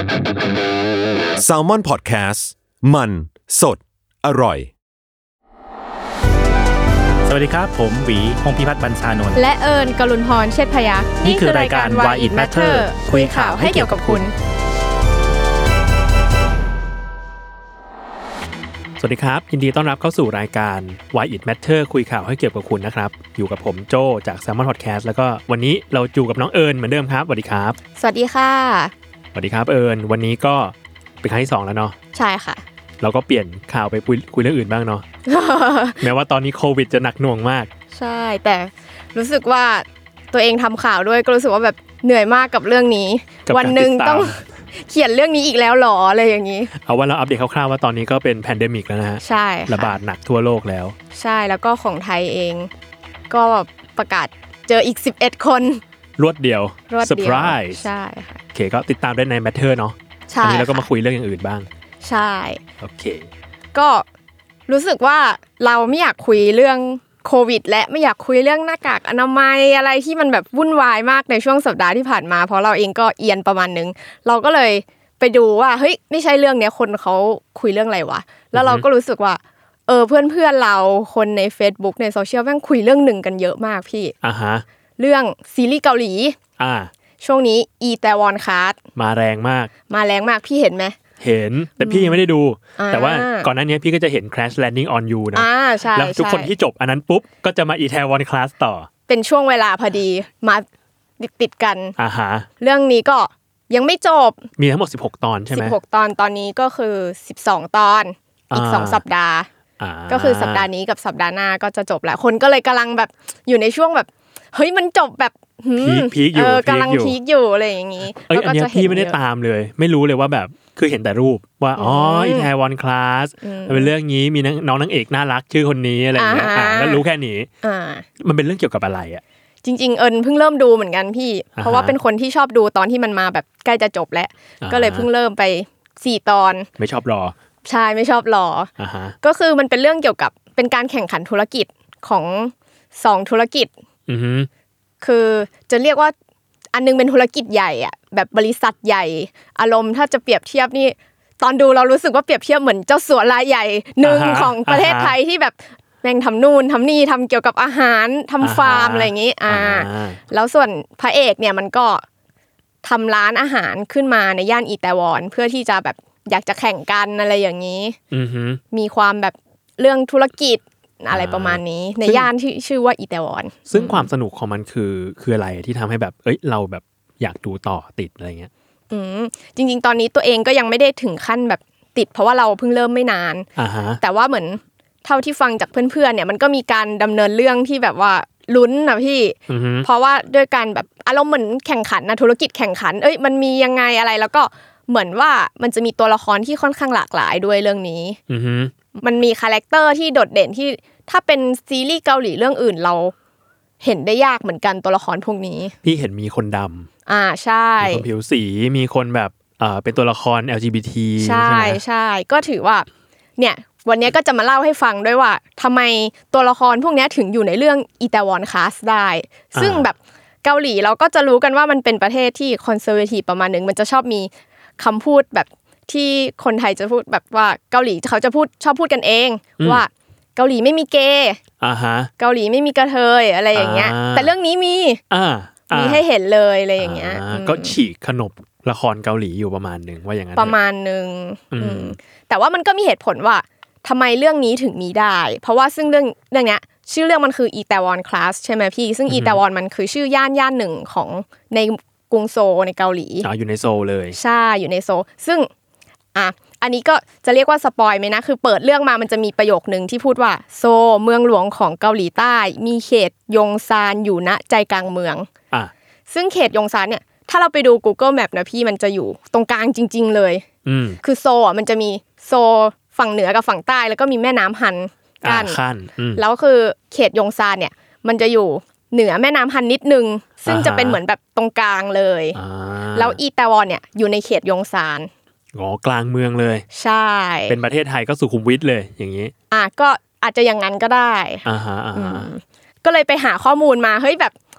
Salmon Podcast มันสดอร่อยสวัสดีครับผมหวีพงษ์พิพัฒน์บรรชานนท์และเอิญกลุนพรเชษฐพยัคฆ์นี่คือรายการ Why It Matter คุยข่าวให้เกี่ยวกับคุณสวัสดีครับยินดีต้อนรับเข้าสู่รายการ Why It Matter คุยข่าวให้เกี่ยวกับคุณนะครับอยู่กับผมโจจาก Salmon Podcast แล้วก็วันนี้เราอยู่กับน้องเอิญเหมือนเดิมครับสวัสดีครับสวัสดีค่ะสวัสดีครับเอิญวันนี้ก็เป็นครั้งที่2แล้วเนาะใช่ค่ะเราก็เปลี่ยนข่าวไปคุยเรื่องอื่นบ้างเนาะ แม้ว่าตอนนี้โควิดจะหนักหน่วงมากใช่แต่รู้สึกว่าตัวเองทำข่าวด้วยก็รู้สึกว่าแบบเหนื่อยมากกับเรื่องนี้วันนึงต้องเขียนเรื่องนี้อีกแล้วหรออะไรอย่างนี้เอาว่าเราอัปเดตคร่าวๆว่าตอนนี้ก็เป็นแพนเดมิกแล้วนะฮะใช่ระบาดหนักทั่วโลกแล้วใช่แล้วก็ของไทยเองก็ประกาศเจออีก11คนรวดเดียวเซอร์ไพรส์ใช่ค่ะโอเคก็ติดตามได้ใน Matter เนาะอันนี้เราก็มาคุยเรื่องอย่างอื่นบ้างใช่โอเคก็รู้สึกว่าเราไม่อยากคุยเรื่องโควิดและไม่อยากคุยเรื่องหน้ากากอนามัยอะไรที่มันแบบวุ่นวายมากในช่วงสัปดาห์ที่ผ่านมาเพราะเราเองก็เอียนประมาณนึงเราก็เลยไปดูว่าเฮ้ยไม่ใช่เรื่องเนี้ยคนเขาคุยเรื่องอะไรวะแล้วเราก็รู้สึกว่าเพื่อนๆเราคนใน Facebook ในโซเชียลแม่งคุยเรื่องนึงกันเยอะมากพี่ฮะเรื่องซีรีส์เกาหลีช่วงนี้อีแตวอนคาสมาแรงมากพี่เห็นไหมเห็นแต่พี่ยังไม่ได้ดูแต่ว่าก่อนหน้านี้พี่ก็จะเห็น Crash Landing on You นะแล้วทุกคนที่จบอันนั้นปุ๊บก็จะมา Itaewon Class ต่อเป็นช่วงเวลาพอดีมาติดกันเรื่องนี้ก็ยังไม่จบมีทั้งหมด16ตอนใช่ไหม 16ตอนตอนนี้ก็คือ12ตอนอีก2สัปดาห์ก็คือสัปดาห์นี้กับสัปดาห์หน้าก็จะจบแล้วคนก็เลยกำลังแบบอยู่ในช่วงแบบเฮ้ยมันจบแบบพีคอยู่กำลังพีคอยู่อะไรอย่างงี้แล้วก็จะพี่ไม่ได้ตามเลยไม่รู้เลยว่าแบบคือเห็นแต่รูปว่าItaewon Class เป็นเรื่องนี้มีน้องนางเอกน่ารักชื่อคนนี้อะไรอย่างเงี้ยแล้วรู้แค่นี้มันเป็นเรื่องเกี่ยวกับอะไรอ่ะจริงๆเอิญเพิ่งเริ่มดูเหมือนกันพี่เพราะว่าเป็นคนที่ชอบดูตอนที่มันมาแบบใกล้จะจบแล้วก็เลยเพิ่งเริ่มไป4ตอนไม่ชอบรอใช่ไม่ชอบรอก็คือมันเป็นเรื่องเกี่ยวกับเป็นการแข่งขันธุรกิจของ2ธุรกิจคือจะเรียกว่าอันนึงเป็นธุรกิจใหญ่อ่ะแบบบริษัทใหญ่อารมณ์ถ้าจะเปรียบเทียบนี่ตอนดูเรารู้สึกว่าเปรียบเทียบเหมือนเจ้าสัวรายใหญ่นึงของประเทศไทยที่แบบแม่งทำนู่นทำนี่ทำเกี่ยวกับอาหารทำฟาร์มอะไรอย่างงี้แล้วส่วนพระเอกเนี่ยมันก็ทำร้านอาหารขึ้นมาในย่านอีแตวอนเพื่อที่จะแบบอยากจะแข่งกันอะไรอย่างนี้มีความแบบเรื่องธุรกิจอะไรประมาณนี้ในย่านที่ชื่อว่าอีแตวอนซึ่งความสนุกของมันคืออะไรที่ทำให้แบบเราแบบอยากดูต่อติดอะไรเงี้ยจริงๆตอนนี้ตัวเองก็ยังไม่ได้ถึงขั้นแบบติดเพราะว่าเราเพิ่งเริ่มไม่นานแต่ว่าเหมือนเท่าที่ฟังจากเพื่อนๆเนี่ยมันก็มีการดำเนินเรื่องที่แบบว่าลุ้นนะพี่เพราะว่าด้วยการแบบอารมณ์เหมือนแข่งขันนะธุรกิจแข่งขันมันมียังไงอะไรแล้วก็เหมือนว่ามันจะมีตัวละครที่ค่อนข้างหลากหลายด้วยเรื่องนี้มันมีคาแรคเตอร์ที่โดดเด่นที่ถ้าเป็นซีรีส์เกาหลีเรื่องอื่นเราเห็นได้ยากเหมือนกันตัวละครพวกนี้พี่เห็นมีคนดำใช่มีคนผิวสีมีคนแบบเป็นตัวละคร LGBT ใช่ใช่ก็ถือว่าเนี่ยวันนี้ก็จะมาเล่าให้ฟังด้วยว่าทำไมตัวละครพวกนี้ถึงอยู่ในเรื่องItaewon Classได้ซึ่งแบบเกาหลีเราก็จะรู้กันว่ามันเป็นประเทศที่คอนเซอร์เวทีฟประมาณนึงมันจะชอบมีคำพูดแบบที่คนไทยจะพูดแบบว่าเกาหลีเขาจะชอบพูดกันเองว่าเกาหลีไม่มีเกย์เกาหลีไม่มีกระเทยอะไรอย่างเงี้ยแต่เรื่องนี้มีให้เห็นเลยอะไรอย่างเงี้ยก็ฉีกขนบละครเกาหลีอยู่ประมาณนึงว่าอย่างนั้นประมาณนึงแต่ว่ามันก็มีเหตุผลว่าทำไมเรื่องนี้ถึงมีได้เพราะว่าซึ่งเรื่องเนี้ยชื่อเรื่องมันคือItaewon Class ใช่ไหมพี่ซึ่งItaewonมันคือชื่อย่านหนึ่งของในกรุงโซลในเกาหลีอยู่ในโซลเลยใช่อยู่ในโซลซึ่งอันนี้ก็จะเรียกว่าสปอยไหมนะคือเปิดเรื่องมามันจะมีประโยคนึงที่พูดว่าโซลเมืองหลวงของเกาหลีใต้มีเขตยงซานอยู่ณใจกลางเมืองซึ่งเขตยงซานเนี่ยถ้าเราไปดู Google Map นะพี่มันจะอยู่ตรงกลางจริงๆเลยคือโซลมันจะมีโซลฝั่งเหนือกับฝั่งใต้แล้วก็มีแม่น้ำฮันกั้นแล้วคือเขตยงซานเนี่ยมันจะอยู่เหนือแม่น้ำฮันนิดนึงซึ่งจะเป็นเหมือนแบบตรงกลางเลยแล้วอีแตวอนเนี่ยอยู่ในเขตยงซานกลางเมืองเลยใช่เป็นประเทศไทยก็สุขุมวิทเลยอย่างนี้ก็อาจจะอย่างนั้นก็ได้ก็เลยไปหาข้อมูลมาเฮ้ยแบบ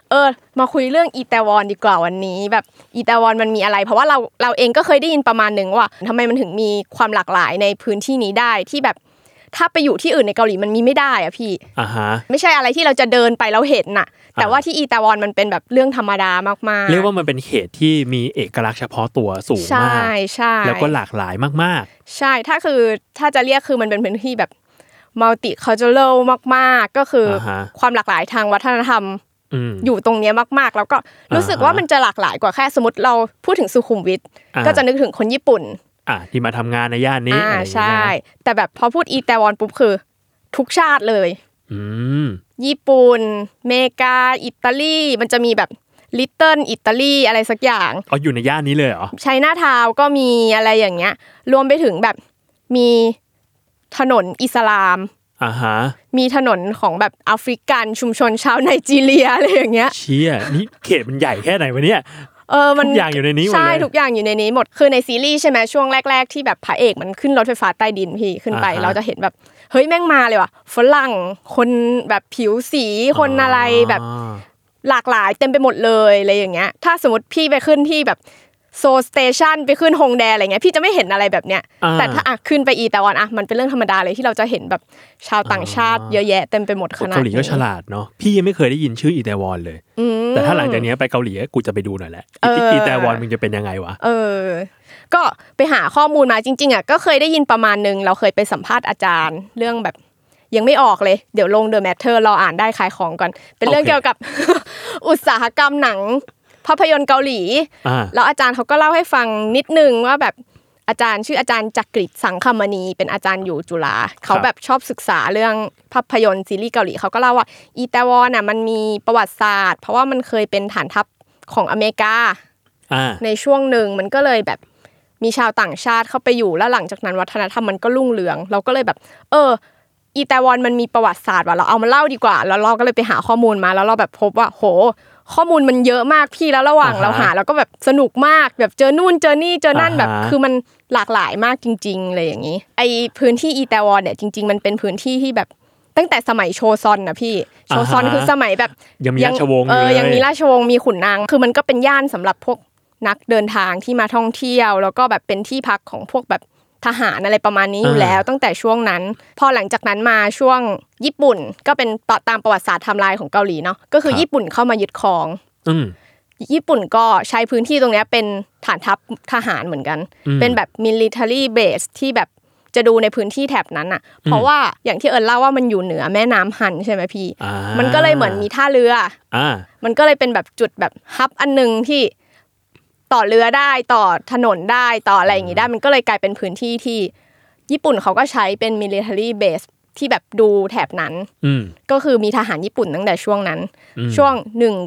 มาคุยเรื่องอีแตวอนดีกว่าวันนี้แบบอีแตวอนมันมีอะไรเพราะว่าเราเองก็เคยได้ยินประมาณนึงว่าทำไมมันถึงมีความหลากหลายในพื้นที่นี้ได้ที่แบบถ้าไปอยู่ที่อื่นในเกาหลีมันมีไม่ได้อ่ะพี่ไม่ใช่อะไรที่เราจะเดินไปแล้วเห็นน่ะแต่ว่าที่อีแตวอนมันเป็นแบบเรื่องธรรมดามากๆเรียกว่ามันเป็นเขตที่มีเอกลักษณ์เฉพาะตัวสูงมากใช่แล้วก็หลากหลายมากๆใช่ถ้าจะเรียกคือมันเป็นพื้นที่แบบmulticultural มากๆก็คือความหลากหลายทางวัฒนธรรมอยู่ตรงนี้มากๆแล้วก็รู้สึกว่ามันจะหลากหลายกว่าแค่สมมติเราพูดถึงสุขุมวิทก็จะนึกถึงคนญี่ปุ่นที่มาทำงานในย่านนี้ใช่แต่แบบพอพูดอีแตวอนปุ๊บคือทุกชาติเลยญี่ปุ่นเมกาอิตาลีมันจะมีแบบลิตเติ้ลอิตาลีอะไรสักอย่างอยู่ในย่านนี้เลยเหรอไชน่าทาวน์ก็มีอะไรอย่างเงี้ยรวมไปถึงแบบมีถนนอิสลามมีถนนของแบบแอฟริกันชุมชนชาวไนจีเรียอะไรอย่างเงี้ยเชี่ยนี่เขตมันใหญ่แค่ไหนวะเนี่ยมันทุกอย่างอยู่ในนี้หมดเลยใช่ทุกอย่างอยู่ในนี้หมดคือในซีรีส์ใช่ไหมช่วงแรกๆที่แบบพระเอกมันขึ้นรถไฟฟ้าใต้ดินพี่ขึ้นไปเราจะเห็นแบบเฮ้ยแม่งมาเลยว่ะฝรั่งคนแบบผิวสีคนอะไรแบบหลากหลายเต็มไปหมดเลยอะไรอย่างเงี้ยถ้าสมมติพี่ไปขึ้นที่แบบโซสเตชันไปขึ้นฮงแดอะไรเงี้ยพี่จะไม่เห็นอะไรแบบเนี้ยแต่ถ้าขึ้นไปอีแตวอนมันเป็นเรื่องธรรมดาเลยที่เราจะเห็นแบบชาวต่างชาติเยอะแยะเต็มไปหมดขนาดนี้เกาหลีก็ฉลาดเนาะพี่ยังไม่เคยได้ยินชื่ออีแตวอนเลยแต่ถ้าหลังจากนี้ไปเกาหลีกูจะไปดูหน่อยแหละอีแตวอนมันจะเป็นยังไงวะก็ไปหาข้อมูลมาจริงๆก็เคยได้ยินประมาณนึงเราเคยไปสัมภาษณ์อาจารย์เรื่องแบบยังไม่ออกเลยเดี๋ยวลง The Matter รออ่านได้ขายของก่อนเป็นเรื่องเกี่ยวกับ อุตสาหกรรมหนังภาพยนตร์เกาหลีแล้วอาจารย์เขาก็เล่าให้ฟังนิดนึงว่าแบบอาจารย์ชื่ออาจารย์จักริดสังคมณีเป็นอาจารย์อยู่จุฬาเขาแบบชอบศึกษาเรื่องภาพยนตร์ซีรีส์เกาหลีเขาก็เล่าว่าอีแตวอนมันมีประวัติศาสตร์เพราะว่ามันเคยเป็นฐานทัพของอเมริกาในช่วงหนึ่งมันก็เลยแบบมีชาวต่างชาติเข้าไปอยู่แล้วหลังจากนั้นวัฒนธรรมมันก็รุ่งเรืองเราก็เลยแบบอีแตวอนมันมีประวัติศาสตร์ว่ะเราเอามาเล่าดีกว่าแล้วเราก็เลยไปหาข้อมูลมาแล้วเราแบบพบว่าโหข้อมูลมันเยอะมากพี่แล้วระหว่างเราหาเราก็แบบสนุกมากแบบเจอนู่นเจอนี่เจอนั่นแบบคือมันหลากหลายมากจริงๆเลยอย่างนี้ไอพื้นที่อีแตวอนเนี่ยจริงๆมันเป็นพื้นที่ที่แบบตั้งแต่สมัยโชซอนนะพี่โชซอนคือสมัยแบบยังมีราชวงศ์ยังมีราชวงศ์มีขุนนางคือมันก็เป็นย่านสำหรับพวกนักเดินทางที่มาท่องเที่ยวแล้วก็แบบเป็นที่พักของพวกแบบทหารอะไรประมาณนี้อยู่แล้วตั้งแต่ช่วงนั้นพอหลังจากนั้นมาช่วงญี่ปุ่นก็เป็นตามประวัติศาสตร์ไทม์ไลน์ของเกาหลีเนาะก็คือญี่ปุ่นเข้ามายึดครองญี่ปุ่นก็ใช้พื้นที่ตรงนี้เป็นฐานทัพทหารเหมือนกันเป็นแบบ military base ที่แบบจะดูในพื้นที่แถบนั้นอ่ะเพราะว่าอย่างที่เล่าว่ามันอยู่เหนือแม่น้ำฮันใช่ไหมพี่มันก็เลยเหมือนมีท่าเรือมันก็เลยเป็นแบบจุดแบบฮับอันนึงที่ต่อเรือได้ต่อถนนได้ต่ออะไรอย่างงี้ได้มันก็เลยกลายเป็นพื้นที่ที่ญี่ปุ่นเขาก็ใช้เป็น military base ที่แบบดูแถบนั้นก็คือมีทหารญี่ปุ่นตั้งแต่ช่วงนั้นช่วง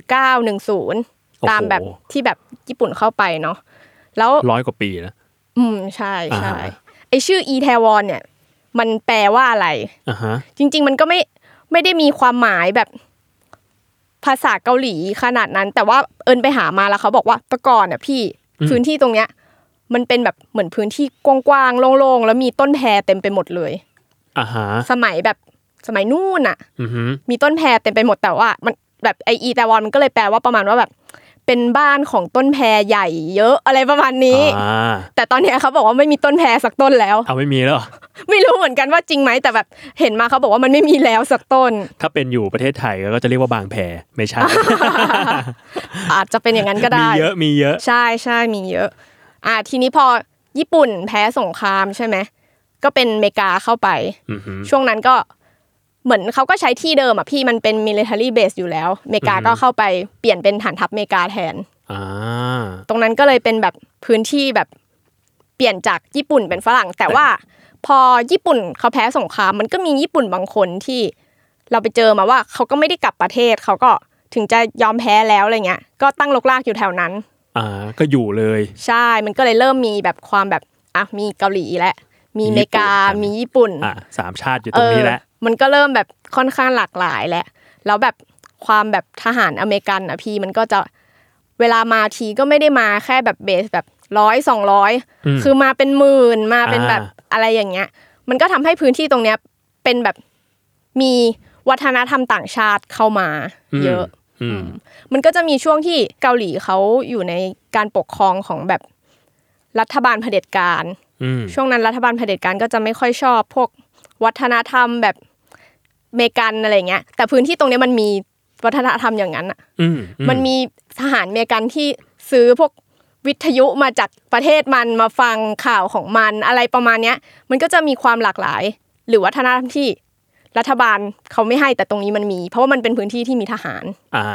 1910ตามแบบที่แบบญี่ปุ่นเข้าไปเนาะแล้ว 100 กว่าปีแล้วใช่ใช่ไอชื่ออีแทวอนเนี่ยมันแปลว่าอะไรจริงๆมันก็ไม่ได้มีความหมายแบบภาษาเกาหลีขนาดนั้นแต่ว่าไปหามาแล้วเขาบอกว่าแต่ก่อนน่ะพี่พื้นที่ตรงเนี้ยมันเป็นแบบเหมือนพื้นที่กว้างๆโล่งๆแล้วมีต้นแพเต็มไปหมดเลยสมัยแบบสมัยนู่นน่ะมีต้นแพเต็มไปหมดแต่ว่ามันแบบไออีแตวอนมันก็เลยแปลว่าประมาณว่าแบบเป็นบ้านของต้นแพใหญ่เยอะอะไรประมาณนี้แต่ตอนนี้เขาบอกว่าไม่มีต้นแพสักต้นแล้วไม่มีแล้วไม่รู้เหมือนกันว่าจริงไหมแต่แบบเห็นมาเขาบอกว่ามันไม่มีแล้วสักต้นถ้าเป็นอยู่ประเทศไทยก็จะเรียกว่าบางแพไม่ใช่อาจจะเป็นอย่างนั้นก็ได้มีเยอะใช่ใช่มีเยอะทีนี้พอญี่ปุ่นแพ้สงครามใช่ไหมก็เป็นอเมริกาเข้าไปช่วงนั้นก็เหมือนเขาก็ใช้ที่เดิมพี่มันเป็น military base อยู่แล้วอเมริกาก็เข้าไปเปลี่ยนเป็นฐานทัพอเมริกาแทนตรงนั้นก็เลยเป็นแบบพื้นที่แบบเปลี่ยนจากญี่ปุ่นเป็นฝรั่งแต่ว่าพอญี่ปุ่นเขาแพ้สงครามมันก็มีญี่ปุ่นบางคนที่เราไปเจอมาว่าเขาก็ไม่ได้กลับประเทศเขาก็ถึงจะยอมแพ้แล้วอะไรเงี้ยก็ตั้งรกรากอยู่แถวนั้นก็อยู่เลยใช่มันก็เลยเริ่มมีแบบความแบบมีเกาหลีและมีอเมริกามีญี่ปุ่น 3 ชาติอยู่ตรงนี้แหละมันก็เริ่มแบบค่อนข้างหลากหลายแล้วแบบความแบบทหารอเมริกันพี่มันก็จะเวลามาทีก็ไม่ได้มาแค่แบบเบสแบบ100-200คือมาเป็นหมื่นมาเป็นแบบอะไรอย่างเงี้ยมันก็ทำให้พื้นที่ตรงเนี้ยเป็นแบบมีวัฒนธรรมต่างชาติเข้ามาเยอะมันก็จะมีช่วงที่เกาหลีเขาอยู่ในการปกครองของแบบรัฐบาลเผด็จการช่วงนั้นรัฐบาลเผด็จการก็จะไม่ค่อยชอบพวกวัฒนธรรมแบบเมกันอะไรเงี้ยแต่พื้นที่ตรงนี้มันมีวัฒนธรรมอย่างนั้นอ่ะมันมีทหารเมกันที่ซื้อพวกวิทยุมาจากประเทศมันมาฟังข่าวของมันอะไรประมาณเนี้ยมันก็จะมีความหลากหลายหรือวัฒนธรรมที่รัฐบาลเขาไม่ให้แต่ตรงนี้มันมีเพราะว่ามันเป็นพื้นที่ที่มีทหาร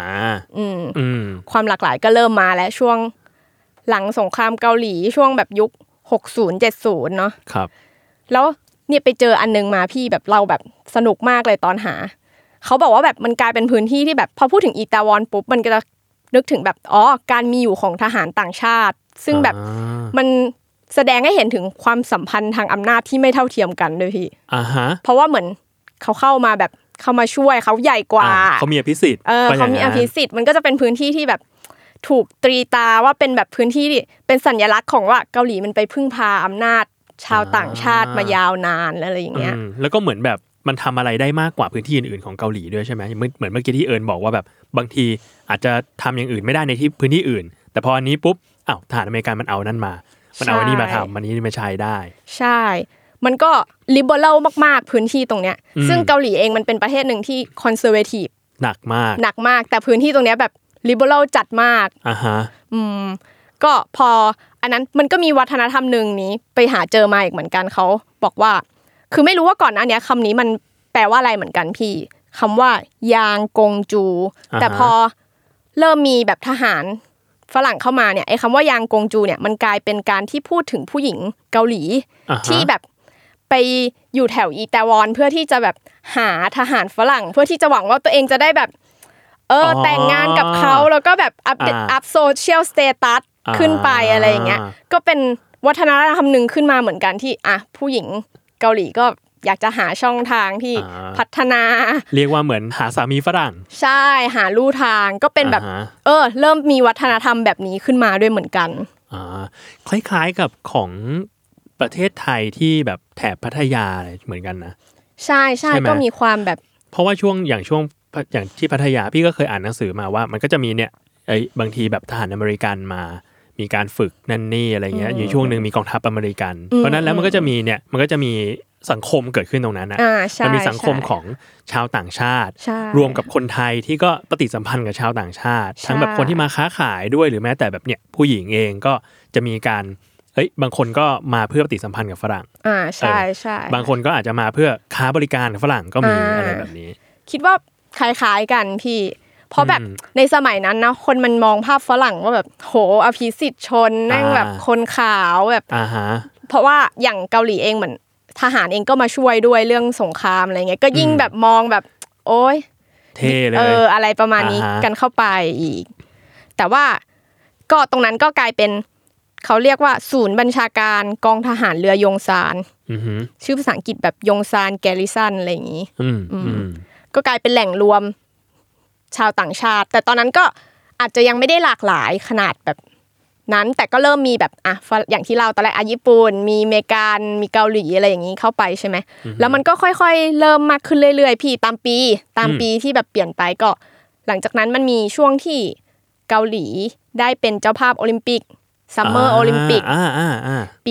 ความหลากหลายก็เริ่มมาแล้วช่วงหลังสงครามเกาหลีช่วงแบบยุค60-70เนาะครับแล้วเนี่ยไปเจออันนึงมาพี่แบบเราแบบสนุกมากเลยตอนหาเขาบอกว่าแบบมันกลายเป็นพื้นที่ที่แบบพอพูดถึงอิตาวนปุ๊บมันก็จะนึกถึงแบบการมีอยู่ของทหารต่างชาติซึ่งแบบมันแสดงให้เห็นถึงความสัมพันธ์ทางอำนาจที่ไม่เท่าเทียมกันด้วยพี่เพราะว่าเหมือนเขาเข้ามาแบบเข้ามาช่วยเขาใหญ่กว่าเขามีอภิสิทธิ์เขามีอภิสิทธิ์มันก็จะเป็นพื้นที่ที่แบบถูกตรีตาว่าเป็นแบบพื้นที่ที่เป็นสัญลักษณ์ของว่าเกาหลีมันไปพึ่งพาอำนาจชาวต่างชาติมายาวนานอะไรอย่างเงี้ยแล้วก็เหมือนแบบมันทำอะไรได้มากกว่าพื้นที่อื่นๆของเกาหลีด้วยใช่ไหมเหมือนเมื่อกี้ที่เอิญบอกว่าแบบบางทีอาจจะทำอย่างอื่นไม่ได้ในที่พื้นที่อื่นแต่พออันนี้ปุ๊บทหารอเมริกันมันเอานั่นมามันเอาอันนี้มาทำอันนี้มาใช้ได้ใช่มันก็ลิเบอรัลมากๆพื้นที่ตรงเนี้ยซึ่งเกาหลีเองมันเป็นประเทศหนึ่งที่คอนเซอร์เวทีฟหนักมากแต่พื้นที่ตรงเนี้ยแบบลิเบอรัลจัดมากก็พออันนั้นมันก็มีวัฒนธรรมนึงนี้ไปหาเจอมาอีกเหมือนกันเขาบอกว่าคือไม่รู้ว่าก่อนหน้านี้คำนี้มันแปลว่าอะไรเหมือนกันพี่คำว่ายางกงจูแต่พอเริ่มมีแบบทหารฝรั่งเข้ามาเนี่ยไอ้คำว่ายางกงจูเนี่ยมันกลายเป็นการที่พูดถึงผู้หญิงเกาหลีที่แบบไปอยู่แถวอีแตวอนเพื่อที่จะแบบหาทหารฝรั่งเพื่อที่จะหวังว่าตัวเองจะได้แบบแต่งงานกับเขาแล้วก็แบบอัพโซเชียลสเตตัสขึ้นไปอะไรอย่างเงี้ยก็เป็นวัฒนธรรมนึงขึ้นมาเหมือนกันที่ผู้หญิงเกาหลีก็อยากจะหาช่องทางที่พัฒนาเรียกว่าเหมือนหาสามีฝรั่งใช่หาลู่ทางก็เป็นแบบเริ่มมีวัฒนธรรมแบบนี้ขึ้นมาด้วยเหมือนกันคล้ายๆกับของประเทศไทยที่แบบแถบพัทยาเหมือนกันนะใช่ก็มีความแบบเพราะว่าช่วงอย่างที่พัทยาพี่ก็เคยอ่านหนังสือมาว่ามันก็จะมีเนี่ยบางทีแบบทหารอเมริกันมามีการฝึกนั่นนี่อะไรเงี้ยอยู่ช่วงนึงมีกองทัพอเมริกันเพราะนั้นแล้วมันก็จะมีสังคมเกิดขึ้นตรงนั้นนะมันมีสังคมของชาวต่างชาติรวมกับคนไทยที่ก็ปฏิสัมพันธ์กับชาวต่างชาติทั้งแบบคนที่มาค้าขายด้วยหรือแม้แต่แบบเนี่ยผู้หญิงเองก็จะมีการบางคนก็มาเพื่อปฏิสัมพันธ์กับฝรั่งใช่บางคนก็อาจจะมาเพื่อค้าบริการกับฝรั่งก็มีอะไรแบบนี้คิดว่าคล้ายๆกันพี่เพราะแบบในสมัยนั้นนะคนมันมองภาพฝรั่งว่าแบบโหอภิสิทธิ์ชนนั่งแบบคนขาวแบบเพราะว่าอย่างเกาหลีเองเหมือนทหารเองก็มาช่วยด้วยเรื่องสงครามอะไรเงี้ยก็ยิ่งแบบมองแบบโอ๊ยเท่เลยอะไรประมาณนี้กันเข้าไปอีกแต่ว่าก็ตรงนั้นก็กลายเป็นเขาเรียกว่าศูนย์บัญชาการกองทหารเรือยงซานชื่อภาษาอังกฤษแบบยงซานแกริซันอะไรอย่างงี้ก็กลายเป็นแหล่งรวมชาวต่างชาติแต่ตอนนั้นก็อาจจะยังไม่ได้หลากหลายขนาดแบบนั้นแต่ก็เริ่มมีแบบอย่างที่เราตอนแรกญี่ปุ่นมีอเมริกันมีเกาหลีอะไรอย่างนี้เข้าไปใช่ไหมแล้วมันก็ค่อยๆเริ่มมากขึ้นเรื่อยๆพี่ตามปีที่แบบเปลี่ยนไปก็หลังจากนั้นมันมีช่วงที่เกาหลีได้เป็นเจ้าภาพโอลิมปิกซัมเมอร์โอลิมปิกปี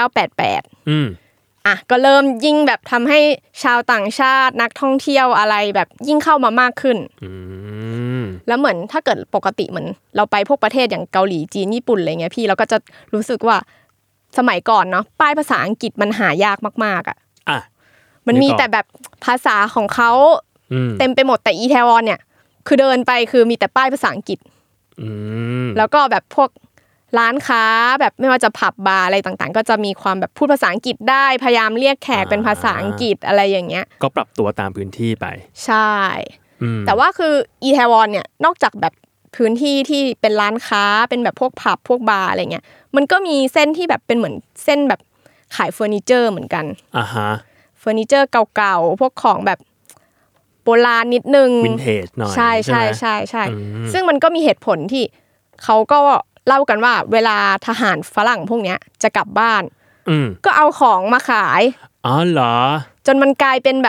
1988ก็เริ่มยิ่งแบบทำให้ชาวต่างชาตินักท่องเที่ยวอะไรแบบยิ่งเข้ามามากขึ้นแล้วเหมือนถ้าเกิดปกติเหมือนเราไปพวกประเทศอย่างเกาหลีจีนญี่ปุ่นอะไรเงี้ยพี่เราก็จะรู้สึกว่าสมัยก่อนเนาะป้ายภาษาอังกฤษมันหายากมากๆมันมีแต่แบบภาษาของเขาเต็มไปหมดแต่อีแทวอนเนี่ยคือเดินไปคือมีแต่ป้ายภาษาอังกฤษแล้วก็แบบพวกร้านค้าแบบไม่ว่าจะผับบาร์อะไรต่างๆก็จะมีความแบบพูดภาษาอังกฤษได้พยายามเรียกแขกเป็นภาษาอังกฤษอะไรอย่างเงี้ยก็ปรับตัวตามพื้นที่ไปใช่แต่ว่าคืออีแทวอนเนี่ยนอกจากแบบพื้นที่ที่เป็นร้านค้าเป็นแบบพวกผับพวกบาร์อะไรเงี้ยมันก็มีเส้นที่แบบเป็นเหมือนเส้นแบบขายเฟอร์นิเจอร์เหมือนกันเฟอร์นิเจอร์เก่าๆพวกของแบบโบราณนิดนึงวินเทจหน่อยใช่ซึ่งมันก็มีเหตุผลที่เขาก็เล่ากันว่าเวลาทหารฝรั่งพวกเนี้ยจะกลับบ้านก็เอาของมาขายอ๋อเหรอจนมันกลายเป็นแบบ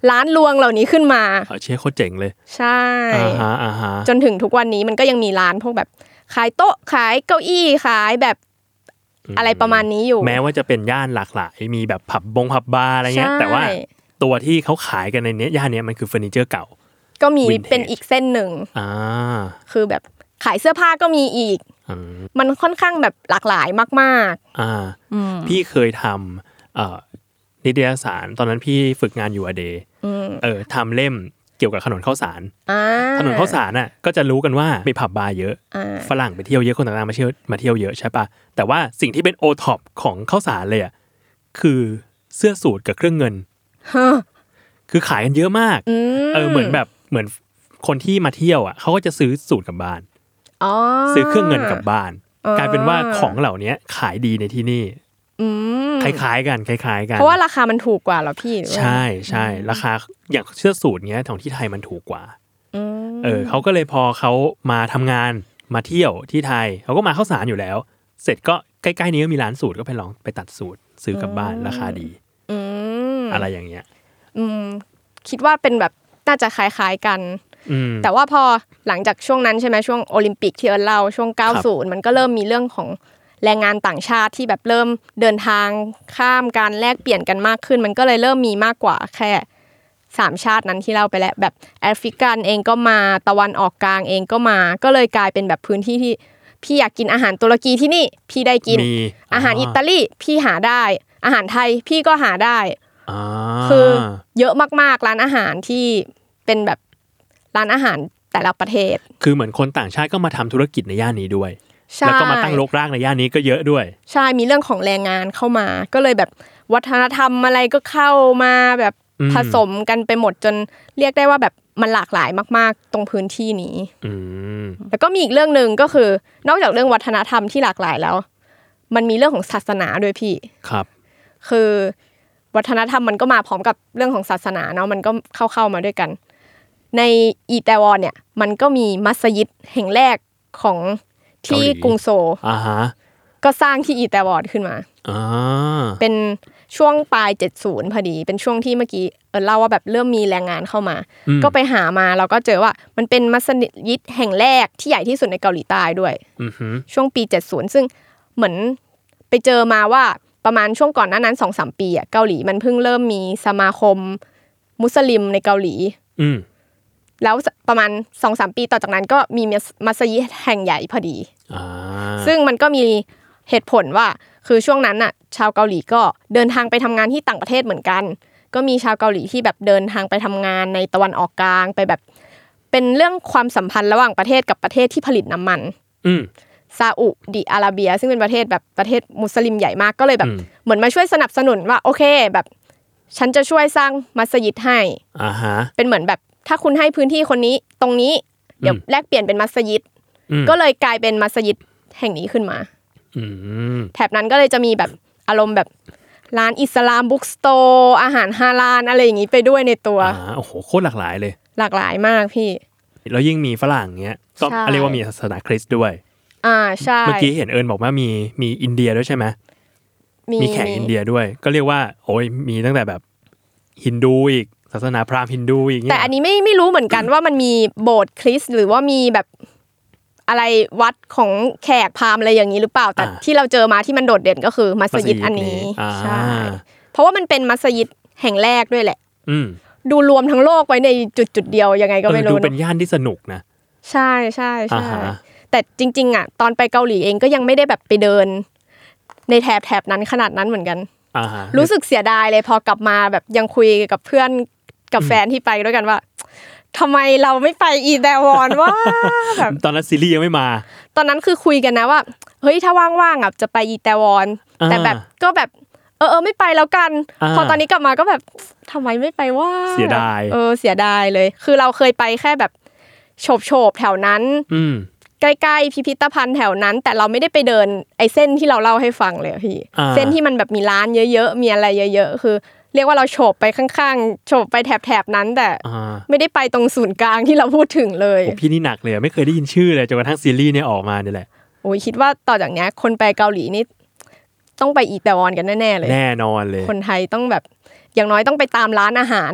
ร้านรวงเหล่านี้ขึ้นมาเชี่ยโคตรเจ๋งเลยใช่จนถึงทุกวันนี้มันก็ยังมีร้านพวกแบบขายโต๊ะขายเก้าอี้ขายแบบอะไรประมาณนี้อยู่แม้ว่าจะเป็นย่านหลากหลายมีแบบผับบาร์อะไรเงี้ยแต่ว่าตัวที่เขาขายกันในเนี้ยย่านเนี้ยมันคือเฟอร์นิเจอร์เก่าก็มีเป็นอีกเส้นหนึ่งคือแบบขายเสื้อผ้าก็มีอีกมันค่อนข้างแบบหลากหลายมากๆพี่เคยทำนิตยสารตอนนั้นพี่ฝึกงานอยู่อเดทำเล่มเกี่ยวกับถนนข้าวสารถนนข้าวสารน่ะก็จะรู้กันว่ามีผับบาร์เยอะฝรั่งไปเที่ยวเยอะคนต่างๆมาเที่ยวเยอะใช่ปะแต่ว่าสิ่งที่เป็นโอท็อปของข้าวสารเลยอ่ะคือเสื้อสูทกับเครื่องเงินคือขายกันเยอะมากเหมือนคนที่มาเที่ยวอ่ะเขาก็จะซื้อสูทกลับบ้านซื้อเครื่องเงินกลับบ้านกลายเป็นว่าของเหล่านี้ขายดีในที่นี่คล้ายๆกันเพราะว่าราคามันถูกกว่าเหรอพี่ใช่ราคาอย่างเสื้อสูทเงี้ยของที่ไทยมันถูกกว่าเขาก็เลยพอเขามาทำงานมาเที่ยวที่ไทยเขาก็มาข้าวสารอยู่แล้วเสร็จก็ใกล้ๆนี้ก็มีร้านสูทก็ไปลองไปตัดสูทซื้อกลับบ้านราคาดีอะไรอย่างเงี้ยคิดว่าเป็นแบบน่าจะคล้ายๆกันแต่ว่าพอหลังจากช่วงนั้นใช่ไหมช่วงโอลิมปิกที่เล่าช่วง90มันก็เริ่มมีเรื่องของแรงงานต่างชาติที่แบบเริ่มเดินทางข้ามการแลกเปลี่ยนกันมากขึ้นมันก็เลยเริ่มมีมากกว่าแค่3ชาตินั้นที่เล่าไปแล้วแบบแอฟริกันเองก็มาตะวันออกกลางเองก็มาก็เลยกลายเป็นแบบพื้นที่ที่พี่อยากกินอาหารตุรกีที่นี่พี่ได้กินอาหารอิตาลีพี่หาได้อาหารไทยพี่ก็หาได้คือเยอะมากๆร้านอาหารที่เป็นแบบร้านอาหารแต่ละประเทศคือเหมือนคนต่างชาติก็มาทำธุรกิจในย่านนี้ด้วยแล้วก็มาตั้งรกรากในย่านนี้ก็เยอะด้วยใช่มีเรื่องของแรงงานเข้ามาก็เลยแบบวัฒนธรรมอะไรก็เข้ามาแบบผสมกันไปหมดจนเรียกได้ว่าแบบมันหลากหลายมากๆตรงพื้นที่นี้แล้วก็มีอีกเรื่องนึงก็คือนอกจากเรื่องวัฒนธรรมที่หลากหลายแล้วมันมีเรื่องของศาสนาด้วยพี่ครับคือวัฒนธรรมมันก็มาพร้อมกับเรื่องของศาสนาเนาะมันก็เข้ามาด้วยกันในอีแตวอนเนี่ยมันก็มีมัสยิดแห่งแรกของที่กรุงโซลก็สร้างที่อีแตวอนขึ้นมาเป็นช่วงปลาย70พอดีเป็นช่วงที่เมื่อกี้เล่าว่าแบบเริ่มมีแรงงานเข้ามาก็ไปหามาเราก็เจอว่ามันเป็นมัสยิดแห่งแรกที่ใหญ่ที่สุดในเกาหลีใต้ด้วยช่วงปี70ซึ่งเหมือนไปเจอมาว่าประมาณช่วงก่อนหน้านั้น 2-3 ปีอ่ะเกาหลีมันเพิ่งเริ่มมีสมาคมมุสลิมในเกาหลีแล้วประมาณ 2-3 ปีต่อจากนั้นก็มีมัสยิดแห่งใหญ่พอดีซึ่งมันก็มีเหตุผลว่าคือช่วงนั้นน่ะชาวเกาหลีก็เดินทางไปทำงานที่ต่างประเทศเหมือนกันก็มีชาวเกาหลีที่แบบเดินทางไปทำงานในตะวันออกกลางไปแบบเป็นเรื่องความสัมพันธ์ระหว่างประเทศกับประเทศที่ผลิตน้ำมันซาอุดิอาระเบียซึ่งเป็นประเทศแบบประเทศมุสลิมใหญ่มากก็เลยแบบเหมือนมาช่วยสนับสนุนว่าโอเคแบบฉันจะช่วยสร้างมัสยิดให้เป็นเหมือนแบบถ้าคุณให้พื้นที่คนนี้ตรงนี้เดี๋ยวแลกเปลี่ยนเป็นมัสยิดก็เลยกลายเป็นมัสยิดแห่งนี้ขึ้นมาแถบนั้นก็เลยจะมีแบบอารมณ์แบบร้านอิสลามบุ๊กสโตร์อาหารฮาลาลอะไรอย่างนี้ไปด้วยในตัวโอ้โหโคตรหลากหลายเลยหลากหลายมากพี่แล้วยิ่งมีฝรั่งเงี้ยก็เรียกว่ามีศาสนาคริสต์ด้วยใช่เมื่อกี้เห็นเอิญบอกว่ามีอินเดียด้วยใช่ไหมมีแขกอินเดียด้วยก็เรียกว่าโอ้ยมีตั้งแต่แบบฮินดูอีกศาสนาพราหมณ์ฮินดูอีกแต่อันนี้ไม่รู้เหมือนกันว่ามันมีโบสถ์คริสต์หรือว่ามีแบบอะไรวัดของแขกพราหมณ์อะไรอย่างนี้หรือเปล่าแต่ที่เราเจอมาที่มันโดดเด่นก็คือมัสยิดอันนี้ใช่เพราะว่ามันเป็นมัสยิดแห่งแรกด้วยแหละดูรวมทั้งโลกไว้ในจุดเดียวยังไงก็ไม่รู้ดูเป็นย่านที่สนุกนะใช่ใช่ใช่แต่จริงๆอ่ะตอนไปเกาหลีเองก็ยังไม่ได้แบบไปเดินในแถบนั้นขนาดนั้นเหมือนกันรู้สึกเสียดายเลยพอกลับมาแบบยังคุยกับเพื่อนกับแฟนที่ไปด้วยกันว่าทำไมเราไม่ไปอีแตวอนวะแบบตอนนั้นซีรีส์ยังไม่มาตอนนั้นคือคุยกันนะว่าเฮ้ยถ้าว่างๆอ่ะจะไปอีแตวอนแต่แบบก็แบบไม่ไปแล้วกันพอตอนนี้กลับมาก็แบบทำไมไม่ไปวะเสียดายเสียดายเลยคือเราเคยไปแค่แบบโฉบแถวนั้นใกล้ๆพิพิธภัณฑ์แถวนั้นแต่เราไม่ได้ไปเดินไอ้เส้นที่เราเล่าให้ฟังเลยพี่เส้นที่มันแบบมีร้านเยอะๆมีอะไรเยอะๆคือเรียกว่าเราโฉบไปข้างๆโฉบไปแถบนั้นแต่ไม่ได้ไปตรงศูนย์กลางที่เราพูดถึงเลยพี่นี่หนักเลยไม่เคยได้ยินชื่อเลยจนกระทั่งซีรีส์เนี่ยออกมานี่แหละโอ้ยคิดว่าต่อจากนี้คนไปเกาหลีนี่ต้องไปอีแตวอนกันแน่ๆเลยแน่นอนเลยคนไทยต้องแบบอย่างน้อยต้องไปตามร้านอาหาร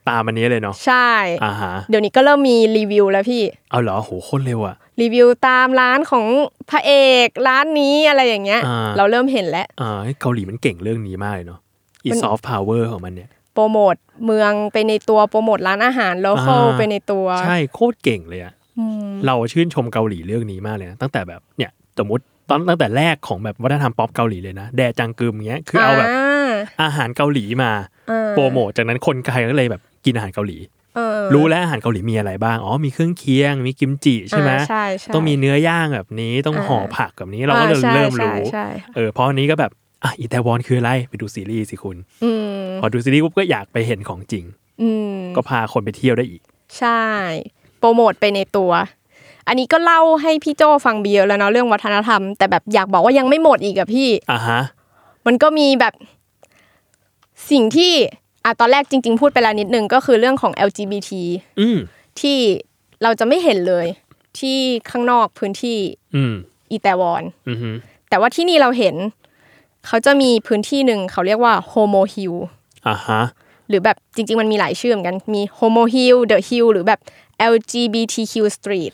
ตามอันนี้เลยเนาะใช่เดี๋ยวนี้ก็เริ่มมีรีวิวแล้วพี่เอาเหรอโหโคตรเร็วอะรีวิวตามร้านของพระเอกร้านนี้อะไรอย่างเงี้ยเราเริ่มเห็นแล้วเกาหลีมันเก่งเรื่องนี้มากเลยเนาะอีซอฟต์พาวเวอร์ของมันเนี่ยโปรโมทเมืองไปในตัวโปรโมทร้านอาหารโลคอลไปในตัวใช่โคตรเก่งเลยอะเราชื่นชมเกาหลีเรื่องนี้มากเลยนะตั้งแต่แบบเนี่ยสมมติตั้งแต่แรกของแบบวัฒนธรรมป๊อปเกาหลีเลยนะแดจังกึมเงี้ยคือเอาแบบอาหารเกาหลีมาโปรโมทจากนั้นคนไทยก็เลยแบบกินอาหารเกาหลีรู้แล้วอาหารเกาหลีมีอะไรบ้างมีเครื่องเคียงมีกิมจิใช่ไหมต้องมีเนื้อย่างแบบนี้ต้องห่อผักแบบนี้เราก็เริ่มรู้เพราะอันนี้ก็แบบอิตาลีคืออะไรไปดูซีรีส์สิคุณพอดูซีรีส์ปุ๊บก็อยากไปเห็นของจริงก็พาคนไปเที่ยวได้อีกใช่โปรโมทไปในตัวอันนี้ก็เล่าให้พี่โจฟังเยอะแล้วเนาะเรื่องวัฒนธรรมแต่แบบอยากบอกว่ายังไม่หมดอีกอะพี่มันก็มีแบบสิ่งที่ตอนแรกจริงๆพูดไปแล้วนิดนึงก็คือเรื่องของ LGBT ที่เราจะไม่เห็นเลยที่ข้างนอกพื้นที่อิตาลีแต่ว่าที่นี่เราเห็นเขาจะมีพื้นที่หนึ่งเขาเรียกว่าโฮโมฮิลหรือแบบจริงๆมันมีหลายชื่อเหมือนกันมีโฮโมฮิลเดอะฮิลหรือแบบ LGBTQ Street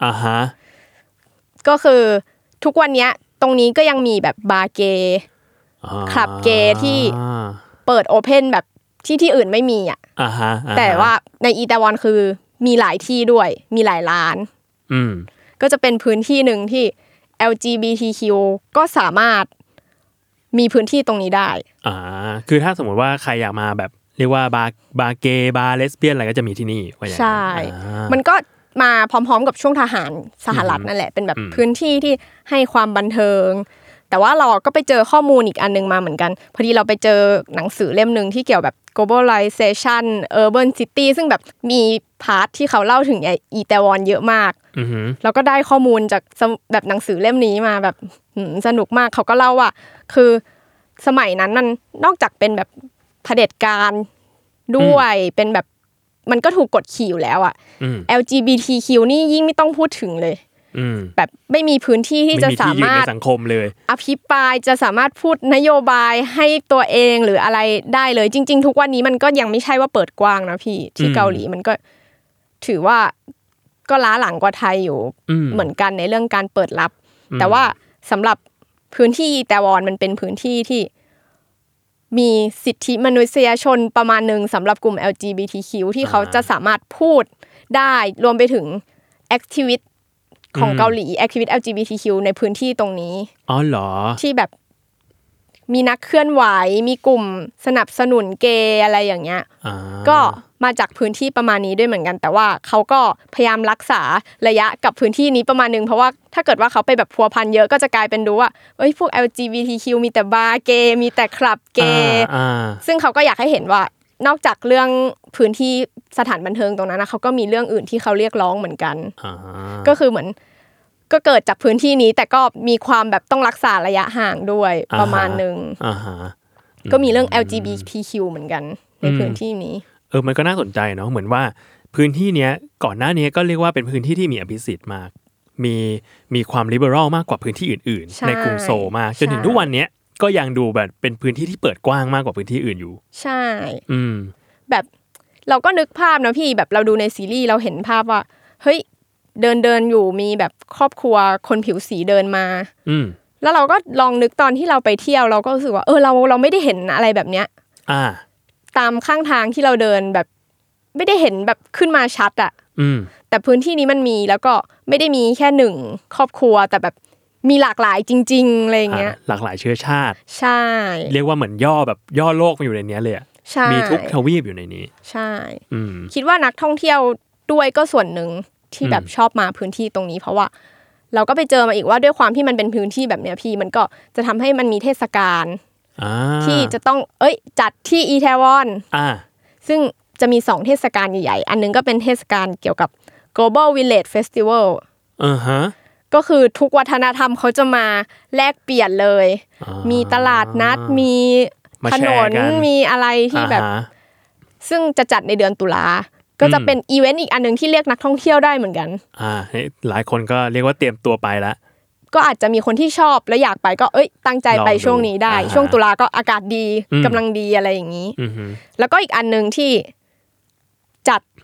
ก็คือทุกวันนี้ตรงนี้ก็ยังมีแบบบาร์เกย์คลับเกย์ที่เปิดโอเพ่นแบบที่อื่นไม่มีแต่ว่าในอิตาลีคือมีหลายที่ด้วยมีหลายร้านก็จะเป็นพื้นที่หนึ่งที่ LGBTQ ก็สามารถมีพื้นที่ตรงนี้ได้คือถ้าสมมติว่าใครอยากมาแบบเรียกว่าบาร์เกย์บาร์เลสเบี้ยนอะไรก็จะมีที่นี่ใช่มันก็มาพร้อมๆกับช่วงทหารสหรัฐนั่นแหละเป็นแบบพื้นที่ที่ให้ความบันเทิงแต่ว่าเราก็ไปเจอข้อมูลอีกอันนึงมาเหมือนกันพอดีเราไปเจอหนังสือเล่มนึงที่เกี่ยวแบบ globalization urban city ซึ่งแบบมีพาร์ทที่เขาเล่าถึงอิตาลีเยอะมากแล้วก็ได้ข้อมูลจากแบบหนังสือเล่มนี้มาแบบสนุกมากเขาก็เล่าว่าคือสมัยนั้นมันนอกจากเป็นแบบเผด็จการด้วยเป็นแบบมันก็ถูกกดขี่อยู่แล้วLGBTQ นี่ยิ่งไม่ต้องพูดถึงเลยแบบไม่มีพื้นที่ที่จะสามารถสังคมเลยอภิปรายจะสามารถพูดนโยบายให้ตัวเองหรืออะไรได้เลยจริงๆทุกวันนี้มันก็ยังไม่ใช่ว่าเปิดกว้างนะพี่ที่เกาหลีมันก็ถือว่าก็ล้าหลังกว่าไทยอยู่เหมือนกันในเรื่องการเปิดรับแต่ว่าสำหรับพื้นที่อิตาลีมันเป็นพื้นที่ที่มีสิทธิมนุษยชนประมาณนึงสำหรับกลุ่ม LGBTQ ที่เขาจะสามารถพูดได้รวมไปถึงแอคทิวิสต์ของเกาหลีแอคทิวิสต์ LGBTQ ในพื้นที่ตรงนี้เหรอที่แบบมีนักเคลื่อนไหวมีกลุ่มสนับสนุนเกย์อะไรอย่างเงี้ยก็มาจากพื้นที่ประมาณนี้ด้วยเหมือนกันแต่ว่าเขาก็พยายามรักษาระยะกับพื้นที่นี้ประมาณนึงเพราะว่าถ้าเกิดว่าเขาไปแบบพัวพันเยอะก็จะกลายเป็นดูว่าพวก LGBTQ มีแต่บาร์เกย์มีแต่คลับเกย์ซึ่งเขาก็อยากให้เห็นว่านอกจากเรื่องพื้นที่สถานบันเทิงตรงนั้นนะเขาก็มีเรื่องอื่นที่เขาเรียกร้องเหมือนกันก็คือเหมือนก็เกิดจากพื้นที่นี้แต่ก็มีความแบบต้องรักษาระยะห่างด้วยประมาณนึงก็มีเรื่อง LGBTQ เหมือนกันในพื้นที่นี้มันก็น่าสนใจเนาะเหมือนว่าพื้นที่เนี้ยก่อนหน้านี้ก็เรียกว่าเป็นพื้นที่ที่มีอภิสิทธิ์มากมีความลิเบอรัลมากกว่าพื้นที่อื่นๆในกรุงโซลมากจนถึงทุกวันนี้ก็ยังดูแบบเป็นพื้นที่ที่เปิดกว้างมากกว่าพื้นที่อื่นอยู่ใช่แบบเราก็นึกภาพนะพี่แบบเราดูในซีรีส์เราเห็นภาพว่าเฮ้ยเดินอยู่มีแบบครอบครัวคนผิวสีเดินมาแล้วเราก็ลองนึกตอนที่เราไปเที่ยวเราก็รู้สึกว่าเราไม่ได้เห็นอะไรแบบเนี้ยตามข้างทางที่เราเดินแบบไม่ได้เห็นแบบขึ้นมาชัดแต่พื้นที่นี้มันมีแล้วก็ไม่ได้มีแค่หนึ่งครอบครัวแต่แบบมีหลากหลายจริงๆอะไรอย่างเงี้ยหลากหลายเชื้อชาติใช่เรียกว่าเหมือนย่อโลกมาอยู่ในนี้เลยมีทุกทวีปอยู่ในนี้ใช่คิดว่านักท่องเที่ยวด้วยก็ส่วนหนึ่งที่แบบชอบมาพื้นที่ตรงนี้เพราะว่าเราก็ไปเจอมาอีกว่าด้วยความที่มันเป็นพื้นที่แบบเนี้ยพี่มันก็จะทำให้มันมีเทศกาลที่จะต้องจัดที่อีแทวอนซึ่งจะมี2เทศกาลใหญ่ๆอันนึงก็เป็นเทศกาลเกี่ยวกับ Global Village Festival ก็คือทุกวัฒนธรรมเขาจะมาแลกเปลี่ยนเลยมีตลาดนัดมีถนนมีอะไรที่แบบซึ่งจะจัดในเดือนตุลาก็จะเป็นอีเวนต์อีกอันนึงที่เรียกนักท่องเที่ยวได้เหมือนกันหลายคนก็เรียกว่าเตรียมตัวไปแล้วก็อาจจะมีคนที่ชอบและอยากไปก็ตั้งใจไปช่วงนี้ได้ช่วงตุลาก็อากาศดีกำลังดีอะไรอย่างนี้แล้วก็อีกอันนึงที่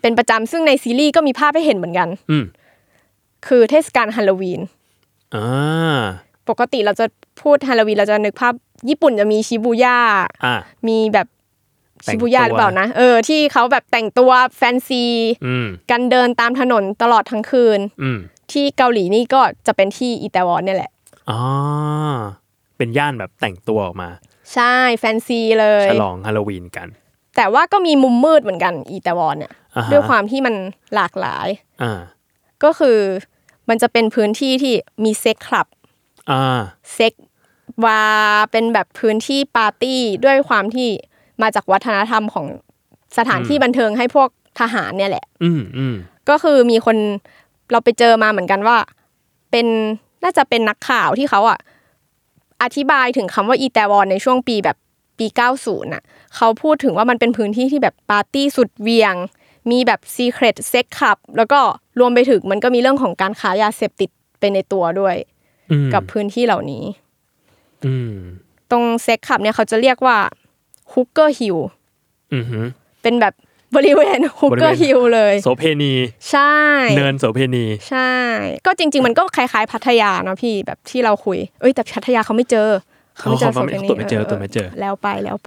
เป็นประจำซึ่งในซีรีส์ก็มีภาพให้เห็นเหมือนกันคือเทศกาลฮาโลวีนปกติเราจะพูดฮาโลวีนเราจะนึกภาพญี่ปุ่นจะมีชิบูย่ามีแบบชิบูย่าหรือเปล่านะที่เขาแบบแต่งตัวแฟนซีกันเดินตามถนนตลอดทั้งคืนที่เกาหลีนี่ก็จะเป็นที่อิตาวอนเนี่ยแหละเป็นย่านแบบแต่งตัวออกมาใช่แฟนซีเลยฉลองฮาโลวีนกันแต่ว่าก็มีมุมมืดเหมือนกันอิตาวอนเนี่ยด้วยความที่มันหลากหลายก็คือมันจะเป็นพื้นที่ที่มีเซ็กคลับเซ็กบาร์เป็นแบบพื้นที่ปาร์ตี้ด้วยความที่มาจากวัฒนธรรมของสถานที่บันเทิงให้พวกทหารเนี่ยแหละก็คือมีคนเราไปเจอมาเหมือนกันว่าเป็นน่าจะเป็นนักข่าวที่เขาอธิบายถึงคำว่าอีแตวอนในช่วงปีแบบปี90น่ะเขาพูดถึงว่ามันเป็นพื้นที่ที่แบบปาร์ตี้สุดเวียงมีแบบซีเคร็ตเซ็กคลับแล้วก็รวมไปถึงมันก็มีเรื่องของการค้ายาเสพติดไปในตัวด้วยกับพื้นที่เหล่านี้ตรงเซ็กคลับเนี่ยเขาจะเรียกว่าฮุกเกอร์ฮิลเป็นแบบบริเวณฮุกเกอร์ฮิลเลยโสเพณีใช่เนินโสเพณีใช่ก็จริงๆมันก็คล้ายๆพัทยาเนาะพี่แบบที่เราคุยแต่พัทยาเขาไม่เจอโสเพณีตัวไม่เจอแล้วไป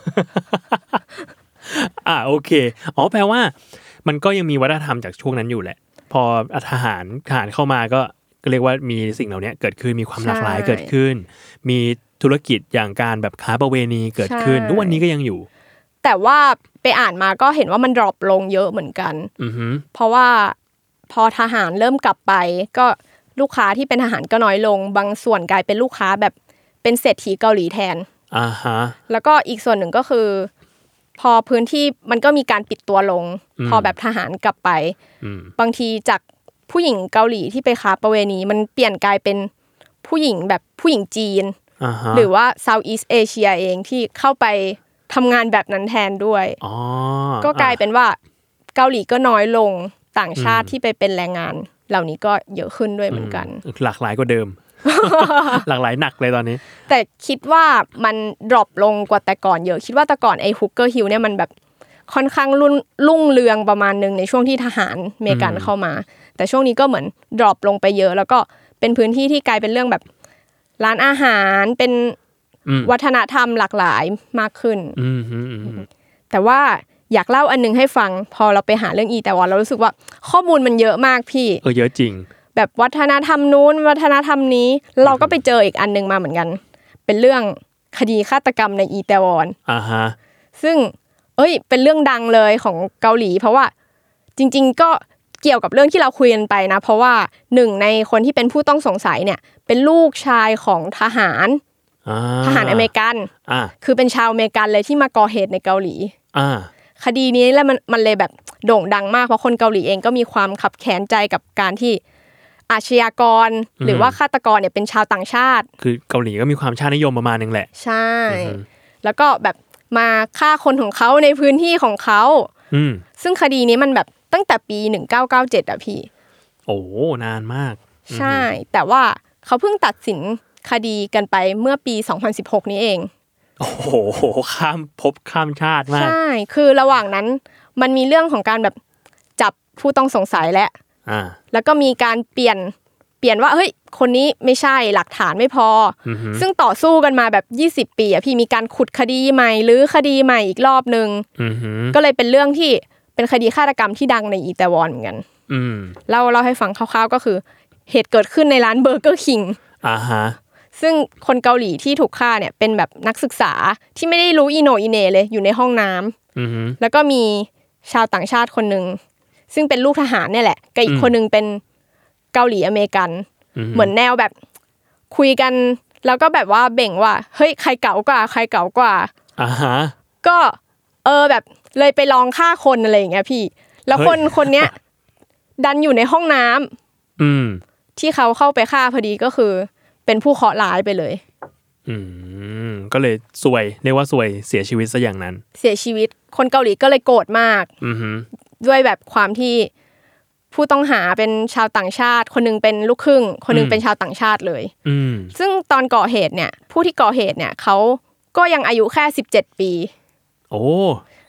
โอเคแปลว่ามันก็ยังมีวัฒนธรรมจากช่วงนั้นอยู่แหละพอทหารเข้ามาก็เรียกว่ามีสิ่งเหล่านี้เกิดขึ้นมีความหลากหลายเกิดขึ้นมีธุรกิจอย่างการแบบค้าประเวณีเกิดขึ้นทุกวันนี้ก็ยังอยู่แต่ว่าไปอ่านมาก็เห็นว่ามันดรอปลงเยอะเหมือนกันเพราะว่าพอทหารเริ่มกลับไปก็ลูกค้าที่เป็นทหารก็น้อยลงบางส่วนกลายเป็นลูกค้าแบบเป็นเศรษฐีเกาหลีแทนแล้วก็อีกส่วนหนึ่งก็คือพอพื้นที่มันก็มีการปิดตัวลงพอแบบทหารกลับไปบางทีจากผู้หญิงเกาหลีที่ไปค้าประเวณีมันเปลี่ยนกลายเป็นผู้หญิงแบบผู้หญิงจีนหรือว่า Southeast Asia เองที่เข้าไปทำงานแบบนั้นแทนด้วยก็กลายเป็นว่าเกาหลีก็น้อยลงต่างชาติที่ไปเป็นแรงงานเหล่านี้ก็เยอะขึ้นด้วยเหมือนกันหลากหลายกว่าเดิม หลากหลายหนักเลยตอนนี้แต่คิดว่ามันดรอปลงกว่าแต่ก่อนเยอะคิดว่าแต่ก่อนไอ้ฮุกเกอร์ฮิลเนี่ยมันแบบค่อนข้างรุ่งเรืองประมาณนึงในช่วงที่ทหารอเมริกันเข้ามาแต่ช่วงนี้ก็เหมือนดรอปลงไปเยอะแล้วก็เป็นพื้นที่ที่กลายเป็นเรื่องแบบร้านอาหารเป็นวัฒนธรรมหลากหลายมากขึ้นแต่ว่าอยากเล่าอันนึงให้ฟังพอเราไปหาเรื่องอีแต่ว่าเรารู้สึกว่าข้อมูลมันเยอะมากพี่เยอะจริงแบบวัฒนธรรมนู้นวัฒนธรรมนี้เราก็ไปเจออีกอันนึงมาเหมือนกันเป็นเรื่องคดีฆาตกรรมในอีแตวอนซึ่งเป็นเรื่องดังเลยของเกาหลีเพราะว่าจริงๆก็เกี่ยวกับเรื่องที่เราคุยกันไปนะเพราะว่าหนึ่งในคนที่เป็นผู้ต้องสงสัยเนี่ยเป็นลูกชายของทหารอเมริกันคือเป็นชาวอเมริกันเลยที่มาก่อเหตุในเกาหลีคดีนี้แล้วมันเลยแบบโด่งดังมากเพราะคนเกาหลีเองก็มีความขับแค้นใจกับการที่อาชญากรหรือว่าฆาตกรเนี่ยเป็นชาวต่างชาติคือเกาหลีก็มีความชาตินิยมประมาณนึงแหละใช่แล้วก็แบบมาฆ่าคนของเขาในพื้นที่ของเขาซึ่งคดีนี้มันแบบตั้งแต่ปี1997อ่ะพี่นานมากใช่แต่ว่าเขาเพิ่งตัดสินคดีกันไปเมื่อปี2016นี้เองข้ามชาติมากใช่คือระหว่างนั้นมันมีเรื่องของการแบบจับผู้ต้องสงสัยแล้วก็มีการเปลี่ยนว่าเฮ้ยคนนี้ไม่ใช่หลักฐานไม่พอซึ่งต่อสู้กันมาแบบ20ปีอ่ะพี่มีการขุดคดีใหม่หรือคดีใหม่อีกรอบนึงก็เลยเป็นเรื่องที่เป็นคดีฆาตกรรมที่ดังในอีแตวอนเหมือนกันเล่าให้ฟังคร่าวๆก็คือเหตุเกิดขึ้นในร้านเบอร์เกอร์คิงซึ่งคนเกาหลีที่ถูกฆ่าเนี่ยเป็นแบบนักศึกษาที่ไม่ได้รู้อีโหน่อีเหน่เลยอยู่ในห้องน้ำแล้วก็มีชาวต่างชาติคนนึงซึ่งเป็นลูกทหารเนี่ยแหละกับอีกคนนึงเป็นเกาหลีอเมริกันเหมือนแนวแบบคุยกันแล้วก็แบบว่าเบ่งว่าเฮ้ยใครเก๋ากว่าก็แบบเลยไปลองฆ่าคนอะไรอย่างเงี้ยพี่แล้วคนเนี้ยดันอยู่ในห้องน้ำที่เขาเข้าไปฆ่าพอดีก็คือเป็นผู้เคราะห์ร้ายไปเลยก็เลยซวยเรียกว่าซวยเสียชีวิตซะอย่างนั้นเสียชีวิตคนเกาหลีก็เลยโกรธมากด้วยแบบความที่ผู้ต้องหาเป็นชาวต่างชาติคนนึงเป็นลูกครึ่งคนนึงเป็นชาวต่างชาติเลยซึ่งตอนก่อเหตุเนี่ยผู้ที่ก่อเหตุเนี่ยเขาก็ยังอายุแค่17ปี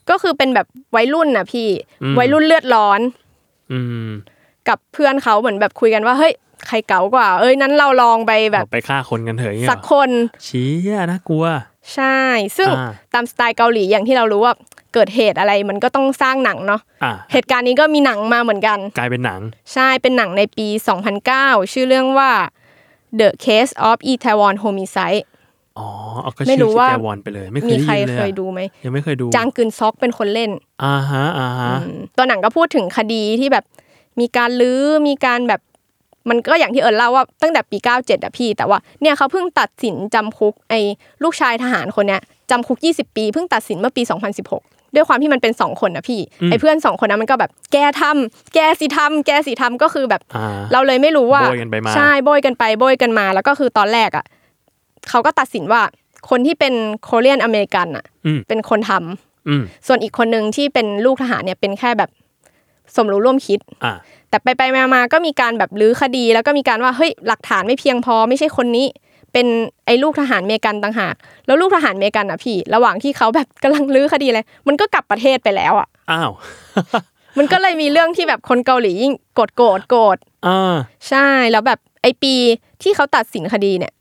ก็คือเป็นแบบวัยรุ่นน่ะพี่วัยรุ่นเลือดร้อนกับเพื่อนเขาเหมือนแบบคุยกันว่าเฮ้ยใครเก๋ากว่านั้นเราลองไปแบบไปฆ่าคนกันเถอะสักคนชี้น่ากลัวใช่ซึ่งตามสไตล์เกาหลีอย่างที่เรารู้ว่าเกิดเหตุอะไรมันก็ต้องสร้างหนังเนาะเหตุการณ์นี้ก็มีหนังมาเหมือนกันกลายเป็นหนังใช่เป็นหนังในปี 2009 ชื่อเรื่องว่า The Case of Itaewon Homicide อ๋อก็ชื่ออีแตวอนไปเลยไม่เคยได้ยินเลยมีใครเคยดูไหมยังไม่เคยดูจางกึนซอกเป็นคนเล่นฮะตัวหนังก็พูดถึงคดีที่แบบมีการลื้อมีการแบบมันก็อย่างที่เล่าว่าตั้งแต่ปี97อ่ะพี่แต่ว่าเนี่ยเขาเพิ่งตัดสินจำคุกไอ้ลูกชายทหารคนเนี้ยจำคุก20ปีเพิ่งตัดสินเมื่อปี2016ด้วยความที่มันเป็น2คนนะพี่ไอ้เพื่อน2คนนั้นมันก็แบบแกสิทำก็คือแบบเราเลยไม่รู้ว่าใช่โบยกันไปโบยกันมาแล้วก็คือตอนแรกอ่ะเขาก็ตัดสินว่าคนที่เป็นโคเรียนอเมริกันอ่ะเป็นคนทำส่วนอีกคนนึงที่เป็นลูกทหารเนี่ยเป็นแค่แบบสมรู้ร่วมคิดแต่ไปมาก็มีการแบบลื้อคดีแล้วก็มีการว่าเฮ้ยหลักฐานไม่เพียงพอไม่ใช่คนนี้เป็นไอ้ลูกทหารอเมริกันต่างหากแล้วลูกทหารอเมริกันอ่ะพี่ระหว่างที่เขาแบบกำลังลื้อคดีเลยมันก็กลับประเทศไปแล้วอ่ะอ้าวมันก็เลยมีเรื่องที่แบบคนเกาหลียิ่งโกรธใช่แล้วแบบไอ้ปีที่เขาตัดสินคดีเนี่ย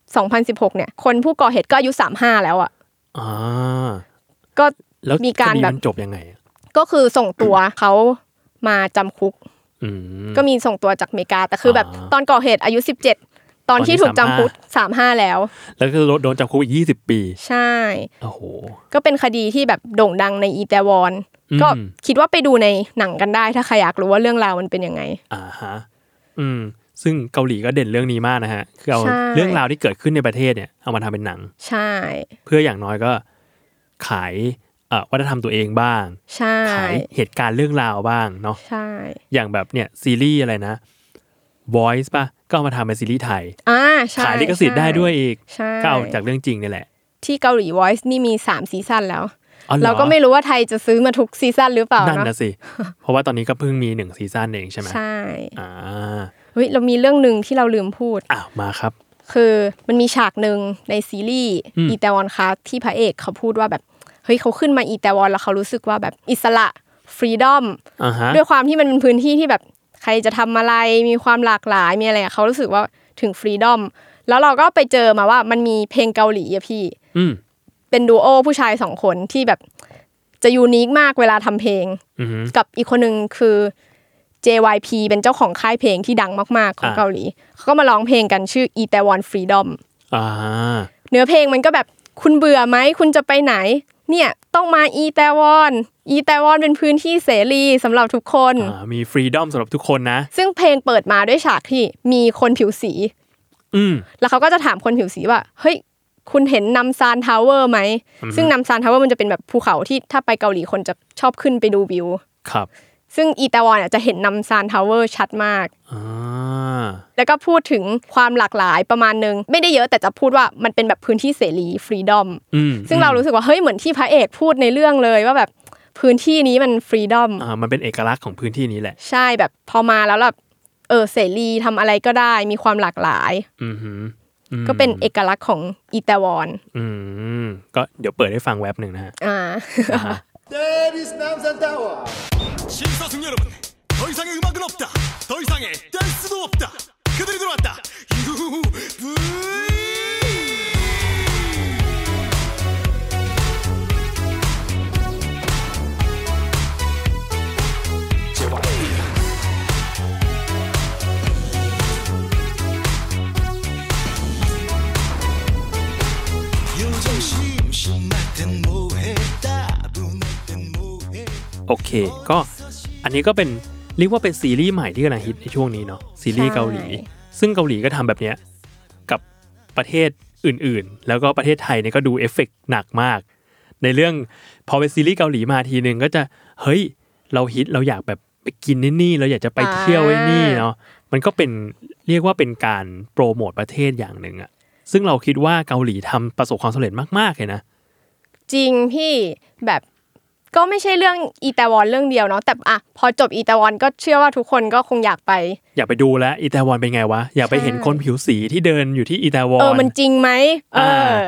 2016เนี่ยคนผู้ก่อเหตุก็อายุ35แล้วอ่ะก็มีการแบบจบยังไงก็คือส่งตัวเขามาจำคุกก็มีส่งตัวจากอเมริกาแต่คือแบบตอนก่อเหตุอายุ17ตอนที่ถูกจำคุก35แล้วก็โดนจำคุกอีก20ปีใช่โอ้โหก็เป็นคดีที่แบบโด่งดังในอีแตวอนก็คิดว่าไปดูในหนังกันได้ถ้าใครอยากรู้ว่าเรื่องราวมันเป็นยังไงฮะซึ่งเกาหลีก็เด่นเรื่องนี้มากนะฮะคือเอาเรื่องราวที่เกิดขึ้นในประเทศเนี่ยเอามาทำเป็นหนังใช่เพื่ออย่างน้อยก็ขายวัฒนธรรมตัวเองบ้างขายเหตุการณ์เรื่องราวบ้างเนาะใช่อย่างแบบเนี่ยซีรีส์อะไรนะ Voice ป่ะก็เอามาทำเป็นซีรีส์ไทยใช่ขายลิขสิทธิ์ได้ด้วยอีกก็เอาจากเรื่องจริงนี่แหละที่เกาหลี Voice นี่มี3ซีซั่นแล้วเราก็ไม่รู้ว่าไทยจะซื้อมาทุกซีซั่นหรือเปล่านั่นนะสิเพราะว่าตอนนี้ก็เพิ่งมี1ซีซั่นเองใช่ไหมใช่เฮ้ยเรามีเรื่องนึงที่เราลืมพูดมาครับคือมันมีฉากนึงในซีรีส์อีแตวอนคาที่พระเอกเขาพูดว่าแบบเฮ้ยเขาขึ้นมาอีแตวอนแล้วเขารู้สึกว่าแบบอิสระฟรีดอมด้วยความที่มันเป็นพื้นที่ที่แบบใครจะทำอะไรมีความหลากหลายมีอะไรเขารู้สึกว่าถึงฟรีดอมแล้วเราก็ไปเจอมาว่ามันมีเพลงเกาหลีอะพี่เป็นดูโอผู้ชาย2คนที่แบบจะยูนิคมากเวลาทำเพลงกับอีกคนนึงคือ JYP เป็นเจ้าของค่ายเพลงที่ดังมากๆของเกาหลีเขาก็มาร้องเพลงกันชื่อ Itaewon Freedom เนื้อเพลงมันก็แบบคุณเบื่อไหมคุณจะไปไหนเนี่ยต้องมาอีแตวอนเป็นพื้นที่เสรีสำหรับทุกคนมีฟรีดอมสำหรับทุกคนนะซึ่งเพลงเปิดมาด้วยฉากที่มีคนผิวสีแล้วเขาก็จะถามคนผิวสีว่าเฮ้ยคุณเห็นนัมซานทาวเวอร์ไหมซึ่งนัมซานทาวเวอร์มันจะเป็นแบบภูเขาที่ถ้าไปเกาหลีคนจะชอบขึ้นไปดูวิวครับซึ่งอีแตวอนจะเห็นนัมซานทาวเวอร์ชัดมากแล้วก็พูดถึงความหลากหลายประมาณนึงไม่ได้เยอะแต่จะพูดว่ามันเป็นแบบพื้นที่เสรีฟรีดอมซึ่งเรารู้สึกว่าเฮ้ยเหมือนที่พระเอกพูดในเรื่องเลยว่าแบบพื้นที่นี้มันฟรีดอมมันเป็นเอกลักษณ์ของพื้นที่นี้แหละใช่แบบพอมาแล้วแบบเสรีทำอะไรก็ได้มีความหลากหลายก็เป็นเอกลักษณ์ของอีแตวอนก็เดี๋ยวเปิดให้ฟังแวบหนึ่งนะฮะโอเคก็อันนี้ก็เป็นเรียกว่าเป็นซีรีส์ใหม่ที่กำลังฮิตในช่วงนี้เนาะซีรีส์เกาหลีซึ่งเกาหลีก็ทำแบบเนี้ยกับประเทศอื่นๆแล้วก็ประเทศไทยเนี่ยก็ดูเอฟเฟกต์หนักมากในเรื่องพอเป็นซีรีส์เกาหลีมาทีนึงก็จะเฮ้ยเราฮิตเราอยากแบบไปกินนี่เราอยากจะไปเที่ยวไว้นี่เนาะมันก็เป็นเรียกว่าเป็นการโปรโมทประเทศอย่างนึงอะซึ่งเราคิดว่าเกาหลีทำประสบความสำเร็จมากๆเลยนะจริงพี่แบบก็ไม่ใช่เรื่องอีแตวอนเรื่องเดียวเนาะแต่พอจบอีแตวอนก็เชื่อว่าทุกคนก็คงอยากไปดูแล้วอีแตวอนเป็นไงวะอยากไปเห็นคนผิวสีที่เดินอยู่ที่อีแตวอนมันจริงไหม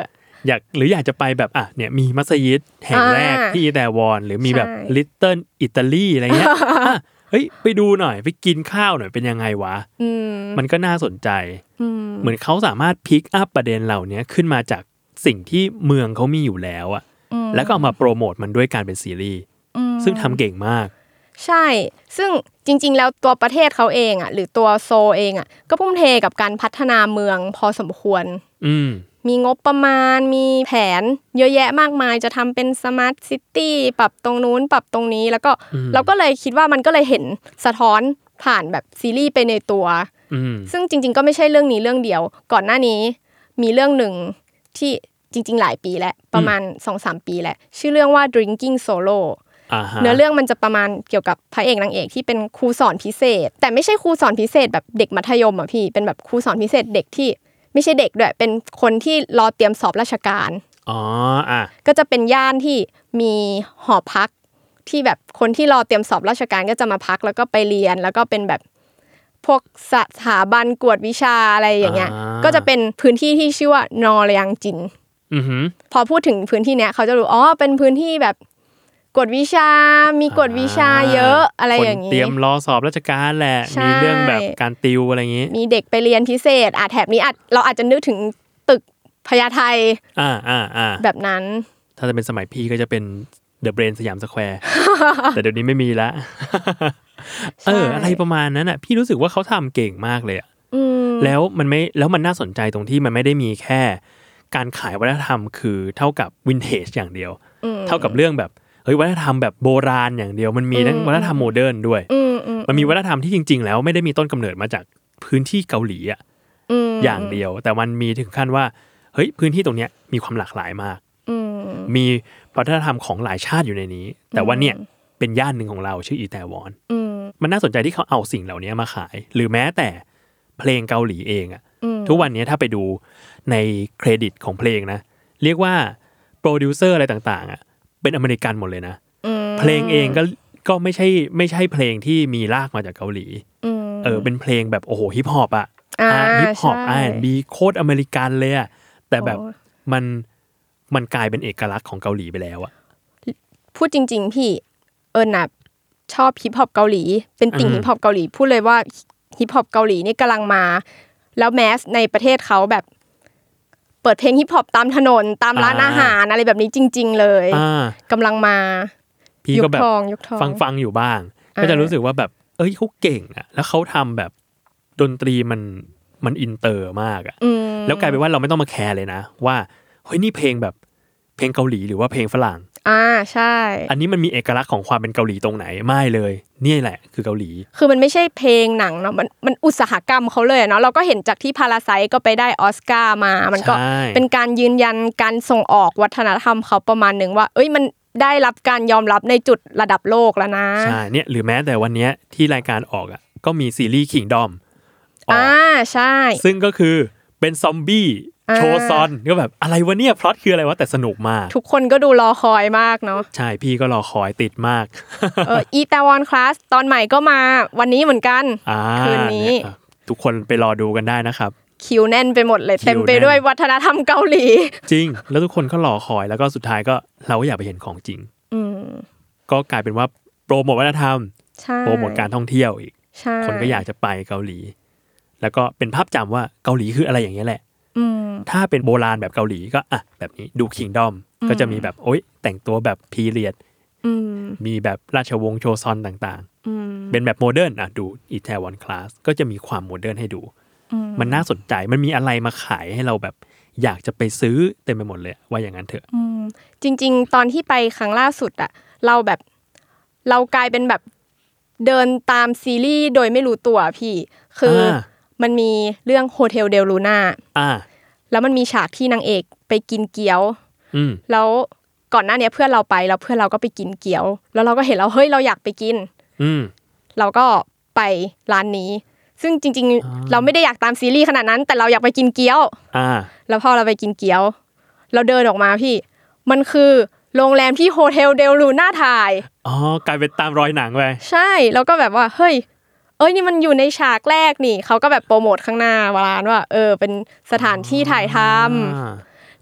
อยากจะไปแบบเนี่ยมีมัสยิดแห่งแรกที่อิตาลีหรือมีแบบลิตเติ้ลอิตาลีอะไรเงี้ยเฮ้ยไปดูหน่อยไปกินข้าวหน่อยเป็นยังไงวะมันก็น่าสนใจเหมือนเขาสามารถพิกอัพประเด็นเหล่านี้ขึ้นมาจากสิ่งที่เมืองเขามีอยู่แล้วอะแล้วก็เอามาโปรโมทมันด้วยการเป็นซีรีส์ซึ่งทำเก่งมากใช่ซึ่งจริงๆแล้วตัวประเทศเขาเองอ่ะหรือตัวโซเองอ่ะก็ทุ่มเทกับการพัฒนาเมืองพอสมควรมีงบประมาณมีแผนเยอะแยะมากมายจะทำเป็นสมาร์ทซิตี้ปรับตรงนู้นปรับตรงนี้แล้วก็เราก็เลยคิดว่ามันก็เลยเห็นสะท้อนผ่านแบบซีรีส์ไปในตัวซึ่งจริงๆก็ไม่ใช่เรื่องนี้เรื่องเดียวก่อนหน้านี้มีเรื่องหนึ่งที่จริงๆหลายปีแล้วประมาณ 2-3 ปีแล้วชื่อเรื่องว่า Drinking Soloเนื้อเรื่องมันจะประมาณเกี่ยวกับพระเอกนางเอกที่เป็นครูสอนพิเศษแต่ไม่ใช่ครูสอนพิเศษแบบเด็กมัธยมอ่ะพี่เป็นแบบครูสอนพิเศษเด็กที่ไม่ใช่เด็กด้วยเป็นคนที่รอเตรียมสอบราชการก็จะเป็นย่านที่มีหอพักที่แบบคนที่รอเตรียมสอบราชการก็จะมาพักแล้วก็ไปเรียนแล้วก็เป็นแบบพวกสถาบันกวดวิชาอะไรอย่างเงี้ยก็จะเป็นพื้นที่ที่ชื่อว่านอรยังจินพอพูดถึงพื้นที่เนี้ยเขาจะรู้เป็นพื้นที่แบบกวดวิชามีกวดวิชาเยอะอะไรอย่างงี้คนเตรียมรอสอบราชการแหละมีเรื่องแบบการติวอะไรอย่างงี้มีเด็กไปเรียนพิเศษแถบนี้เราอาจจะนึกถึงตึกพญาไทแบบนั้นถ้าจะเป็นสมัยพี่ก็จะเป็นเดอะเบรนสยามสแควร์ แต่เดี๋ยวนี้ไม่มีละอะไรประมาณนั้นอ่ะพี่รู้สึกว่าเขาทำเก่งมากเลยอ่ะแล้วมันน่าสนใจตรงที่มันไม่ได้มีแค่การขายวัฒนธรรมคือเท่ากับวินเทจอย่างเดียวเท่ากับเรื่องแบบเฮ้ยวัฒนธรรมแบบโบราณอย่างเดียวมันมีทั้งวัฒนธรรมโมเดิร์นด้วยมันมีวัฒนธรรมที่จริงๆแล้วไม่ได้มีต้นกำเนิดมาจากพื้นที่เกาหลีอ่ะอย่างเดียวแต่มันมีถึงขั้นว่าเฮ้ยพื้นที่ตรงเนี้ยมีความหลากหลายมากมีวัฒนธรรมของหลายชาติอยู่ในนี้แต่ว่าเนี่ยเป็นย่านหนึ่งของเราชื่ออีแตวอนมันน่าสนใจที่เขาเอาสิ่งเหล่านี้มาขายหรือแม้แต่เพลงเกาหลีเองอ่ะทุกวันนี้ถ้าไปดูในเครดิตของเพลงนะเรียกว่าโปรดิวเซอร์อะไรต่างๆอ่ะเป็นอเมริกันหมดเลยนะเพลงเองก็ไม่ใช่เพลงที่มีรากมาจากเกาหลีเป็นเพลงแบบโอ้โหฮิปฮอปอ่ะฮิปฮอปR&Bโคตรอเมริกันเลยอ่ะแต่แบบมันกลายเป็นเอกลักษณ์ของเกาหลีไปแล้วอ่ะพูดจริงๆพี่น่ะชอบฮิปฮอปเกาหลีเป็นติ่งฮิปฮอปเกาหลีพูดเลยว่าฮิปฮอปเกาหลีนี่กำลังมาแล้วแมสในประเทศเขาแบบเปิดเพลงฮิปฮอปตามถนนตามร้านอาหารอะไรแบบนี้จริงๆเลยกำลังมาพี่ก็แบบฟังอยู่บ้างก็จะรู้สึกว่าแบบเขาเก่งอ่ะแล้วเขาทำแบบดนตรีมันอินเตอร์มากอ่ะแล้วกลายเป็นว่าเราไม่ต้องมาแคร์เลยนะว่าเฮ้ยนี่เพลงแบบเพลงเกาหลีหรือว่าเพลงฝรั่งใช่อันนี้มันมีเอกลักษณ์ของความเป็นเกาหลีตรงไหนไม่เลยนี่แหละคือเกาหลีคือมันไม่ใช่เพลงหนังเนาะมันอุตสาหกรรมเขาเลยเนาะเราก็เห็นจากที่พาราไซต์ก็ไปได้ออสการ์มามันก็เป็นการยืนยันการส่งออกวัฒนธรรมเขาประมาณนึงว่ามันได้รับการยอมรับในจุดระดับโลกแล้วนะใช่เนี่ยหรือแม้แต่วันนี้ที่รายการออกอ่ะก็มีซีรีส์ Kingdom ใช่ซึ่งก็คือเป็นซอมบี้โชซอนก็แบบอะไรวะเนี่ยพล็อตคืออะไรวะแต่สนุกมากทุกคนก็ดูรอคอยมากเนาะใช่พี่ก็รอคอยติดมากอีแตวอนคลาสตอนใหม่ก็มาวันนี้เหมือนกันคืนนี้ทุกคนไปรอดูกันได้นะครับคิวแน่นไปหมดเลยเต็มไปด้วยวัฒนธรรมเกาหลีจริงแล้วทุกคนก็รอคอยแล้วก็สุดท้ายก็เราก็อยากไปเห็นของจริงก็กลายเป็นว่าโปรโมทวัฒนธรรมโปรโมทการท่องเที่ยวอีกคนก็อยากจะไปเกาหลีแล้วก็เป็นภาพจำว่าเกาหลีคืออะไรอย่างเงี้ยแหละถ้าเป็นโบราณแบบเกาหลีก็แบบนี้ดู Kingdom ก็จะมีแบบแต่งตัวแบบพีเรียดมีแบบราชวงศ์โชซอนต่างๆเป็นแบบโมเดิร์นดูอิตาลีคลาสก็จะมีความโมเดิร์นให้ดูมันน่าสนใจมันมีอะไรมาขายให้เราแบบอยากจะไปซื้อเต็มไปหมดเลยว่าอย่างนั้นเถอะจริงๆตอนที่ไปครั้งล่าสุดเรากลายเป็นแบบเดินตามซีรีส์โดยไม่รู้ตัวพี่คือมันมีเรื่องโฮเทลเดลลูน่าแล้วมันมีฉากที่นางเอกไปกินเกี๊ยวแล้วก่อนหน้านี้เพื่อนเราไปแล้วเพื่อนเราก็ไปกินเกี๊ยวแล้วเราก็เห็นแล้วเฮ้ยเราอยากไปกินเราก็ไปร้านนี้ซึ่งจริงๆเราไม่ได้อยากตามซีรีส์ขนาดนั้นแต่เราอยากไปกินเกี๊ยวแล้วพอเราไปกินเกี๊ยวเราเดินออกมาพี่มันคือโรงแรมที่โฮเทลเดลลูน่าถ่ายกลายเป็นตามรอยหนังไปใช่แล้วก็แบบว่าเฮ้ยนี่มันอยู่ในฉากแรกนี่เขาก็แบบโปรโมทข้างหน้าร้านว่าเป็นสถานที่ถ่ายทำ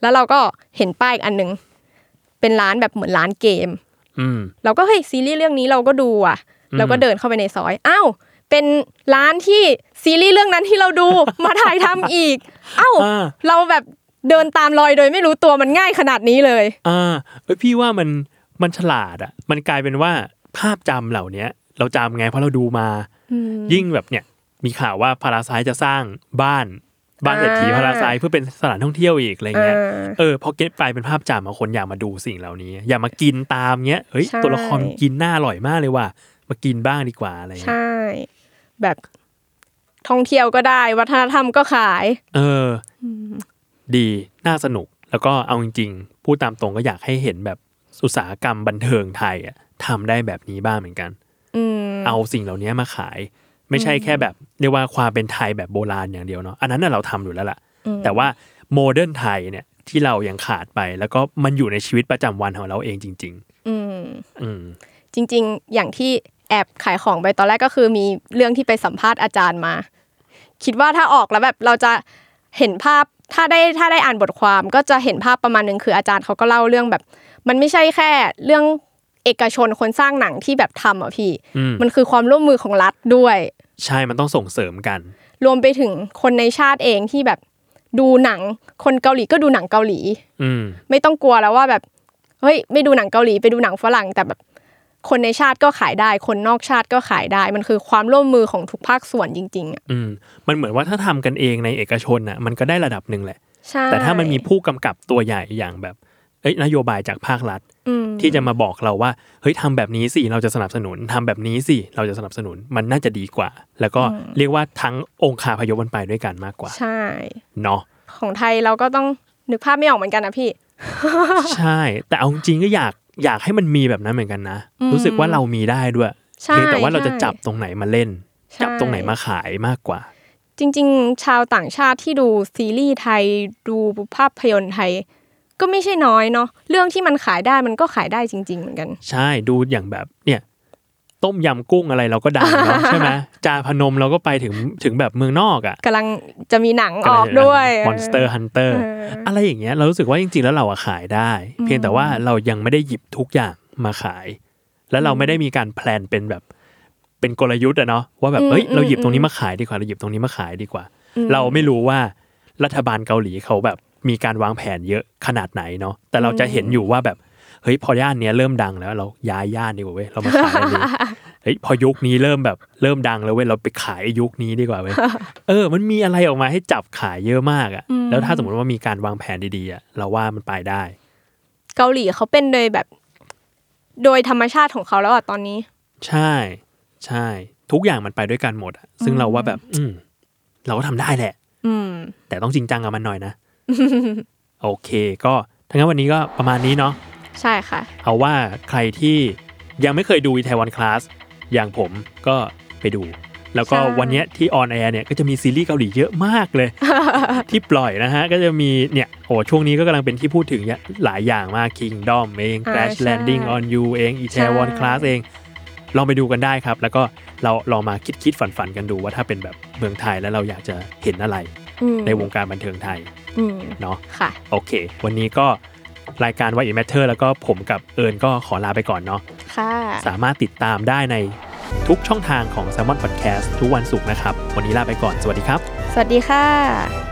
แล้วเราก็เห็นป้ายอีกอันนึงเป็นร้านแบบเหมือนร้านเกมเราก็เฮ้ยซีรีส์เรื่องนี้เราก็ดูอ่ะเราก็เดินเข้าไปในซอยอ้าวเป็นร้านที่ซีรีส์เรื่องนั้นที่เราดู มาถ่ายทำอีกอ้าวเราแบบเดินตามรอยโดยไม่รู้ตัวมันง่ายขนาดนี้เลยพี่ว่ามันฉลาดอ่ะมันกลายเป็นว่าภาพจำเหล่านี้เราจำไงเพราะเราดูมายิ่งแบบเนี่ยมีข่าวว่าพาราไซต์จะสร้างบ้านเศรษฐีพาราไซต์เพื่อเป็นสถานท่องเที่ยวอีกอะไรเงี้ยพอเก็ตไปเป็นภาพจำคนอยากมาดูสิ่งเหล่านี้อยากมากินตามเงี้ยเฮ้ยตัวละครกินน่าอร่อยมากเลยว่ะมากินบ้างดีกว่าอะไรใช่แบบท่องเที่ยวก็ได้วัฒนธรรมก็ขายดีน่าสนุกแล้วก็เอาจริงๆพูดตามตรงก็อยากให้เห็นแบบอุตสาหกรรมบันเทิงไทยทำได้แบบนี้บ้างเหมือนกันเอาสิ่งเหล่านี้มาขายไม่ใช่แค่แบบเรียกว่าความเป็นไทยแบบโบราณอย่างเดียวเนาะอันนั้นเราทำอยู่แล้วล่ะแต่ว่าโมเดิร์นไทยเนี่ยที่เรายังขาดไปแล้วก็มันอยู่ในชีวิตประจำวันของเราเองจริงๆจริงๆอย่างที่แอบขายของไปตอนแรกก็คือมีเรื่องที่ไปสัมภาษณ์อาจารย์มาคิดว่าถ้าออกแล้วแบบเราจะเห็นภาพถ้าได้อ่านบทความก็จะเห็นภาพประมาณนึงคืออาจารย์เขาก็เล่าเรื่องแบบมันไม่ใช่แค่เรื่องเอกชนคนสร้างหนังที่แบบทำพี่มันคือความร่วมมือของรัฐด้วยใช่มันต้องส่งเสริมกันรวมไปถึงคนในชาติเองที่แบบดูหนังคนเกาหลีก็ดูหนังเกาหลีไม่ต้องกลัวแล้วว่าแบบเฮ้ยไม่ดูหนังเกาหลีไปดูหนังฝรั่งแต่แบบคนในชาติก็ขายได้คนนอกชาติก็ขายได้มันคือความร่วมมือของทุกภาคส่วนจริงๆมันเหมือนว่าถ้าทำกันเองในเอกชนมันก็ได้ระดับนึงแหละแต่ถ้ามันมีผู้กำกับตัวใหญ่อย่างแบบนโยบายจากภาครัฐที่จะมาบอกเราว่าเฮ้ยทำแบบนี้สิเราจะสนับสนุนทำแบบนี้สิเราจะสนับสนุนมันน่าจะดีกว่าแล้วก็เรียกว่าทั้งองค์คาพยพมันไปด้วยกันมากกว่าใช่เนาะของไทยเราก็ต้องนึกภาพไม่ออกเหมือนกันนะพี่ใช่แต่เอาจริงก็อยากให้มันมีแบบนั้นเหมือนกันนะรู้สึกว่าเรามีได้ด้วยเพียงแต่ว่าเราจะจับตรงไหนมาเล่นจับตรงไหนมาขายมากกว่าจริงๆชาวต่างชาติที่ดูซีรีส์ไทยดูภาพยนตร์ไทยก็ไม่ใช่น้อยเนาะเรื่องที่มันขายได้มันก็ขายได้จริงๆเหมือนกันใช่ดูอย่างแบบเนี่ยต้มยำกุ้งอะไรเราก็ดังเนาะใช่ไหมจาพนมเราก็ไปถึงแบบเมืองนอกกำลังจะมีหนังออกด้วย Monster Hunter อะไรอย่างเงี้ยเรารู้สึกว่าจริงๆแล้วเราขายได้เพียงแต่ว่าเรายังไม่ได้หยิบทุกอย่างมาขายแล้วเราไม่ได้มีการแพลนเป็นแบบเป็นกลยุทธ์เนาะว่าแบบเฮ้ยเราหยิบตรงนี้มาขายดีกว่าเราหยิบตรงนี้มาขายดีกว่าเราไม่รู้ว่ารัฐบาลเกาหลีเขาแบบมีการวางแผนเยอะขนาดไหนเนาะแต่เราจะเห็นอยู่ว่าแบบเฮ้ยพอย่านเนี้ยเริ่มดังแล้วเราย้ายย่านดีกว่าเว้ยเรามาขายอันนี้เฮ้ยพอยุคนี้เริ่มดังแล้วเว้ยเราไปขายยุคนี้ดีกว่าเว้ยมันมีอะไรออกมาให้จับขายเยอะมากแล้วถ้าสมมติว่ามีการวางแผนดีๆเราว่ามันไปได้เกาหลีเขาเป็นโดยแบบโดยธรรมชาติของเขาแล้วตอนนี้ใช่ใช่ทุกอย่างมันไปด้วยกันหมดซึ่งเราว่าแบบเราก็ทำได้แหละแต่ต้องจริงจังกับมันหน่อยนะ โอเคก็ทั้งนั้นวันนี้ก็ประมาณนี้เนาะใช่ค่ะเอาว่าใครที่ยังไม่เคยดูItaewon Classอย่างผมก็ไปดูแล้วก็วันนี้ที่ออนแอร์เนี่ยก็จะมีซีรีส์เกาหลีเยอะมากเลย ที่ปล่อยนะฮะก็จะมีเนี่ยช่วงนี้ก็กำลังเป็นที่พูดถึงหลายอย่างมาก Kingdom เอง Crash Landing on You เอง Itaewon Class เองลองไปดูกันได้ครับแล้วก็เราลองมาคิดฝันกันดูว่าถ้าเป็นแบบเมืองไทยแล้วเราอยากจะเห็นอะไรในวงการบันเทิงไทยเนาะค่ะโอเควันนี้ก็รายการ Why It Matter แล้วก็ผมกับเอิญก็ขอลาไปก่อนเนาะค่ะสามารถติดตามได้ในทุกช่องทางของ Salmon Podcast ทุกวันศุกร์นะครับวันนี้ลาไปก่อนสวัสดีครับสวัสดีค่ะ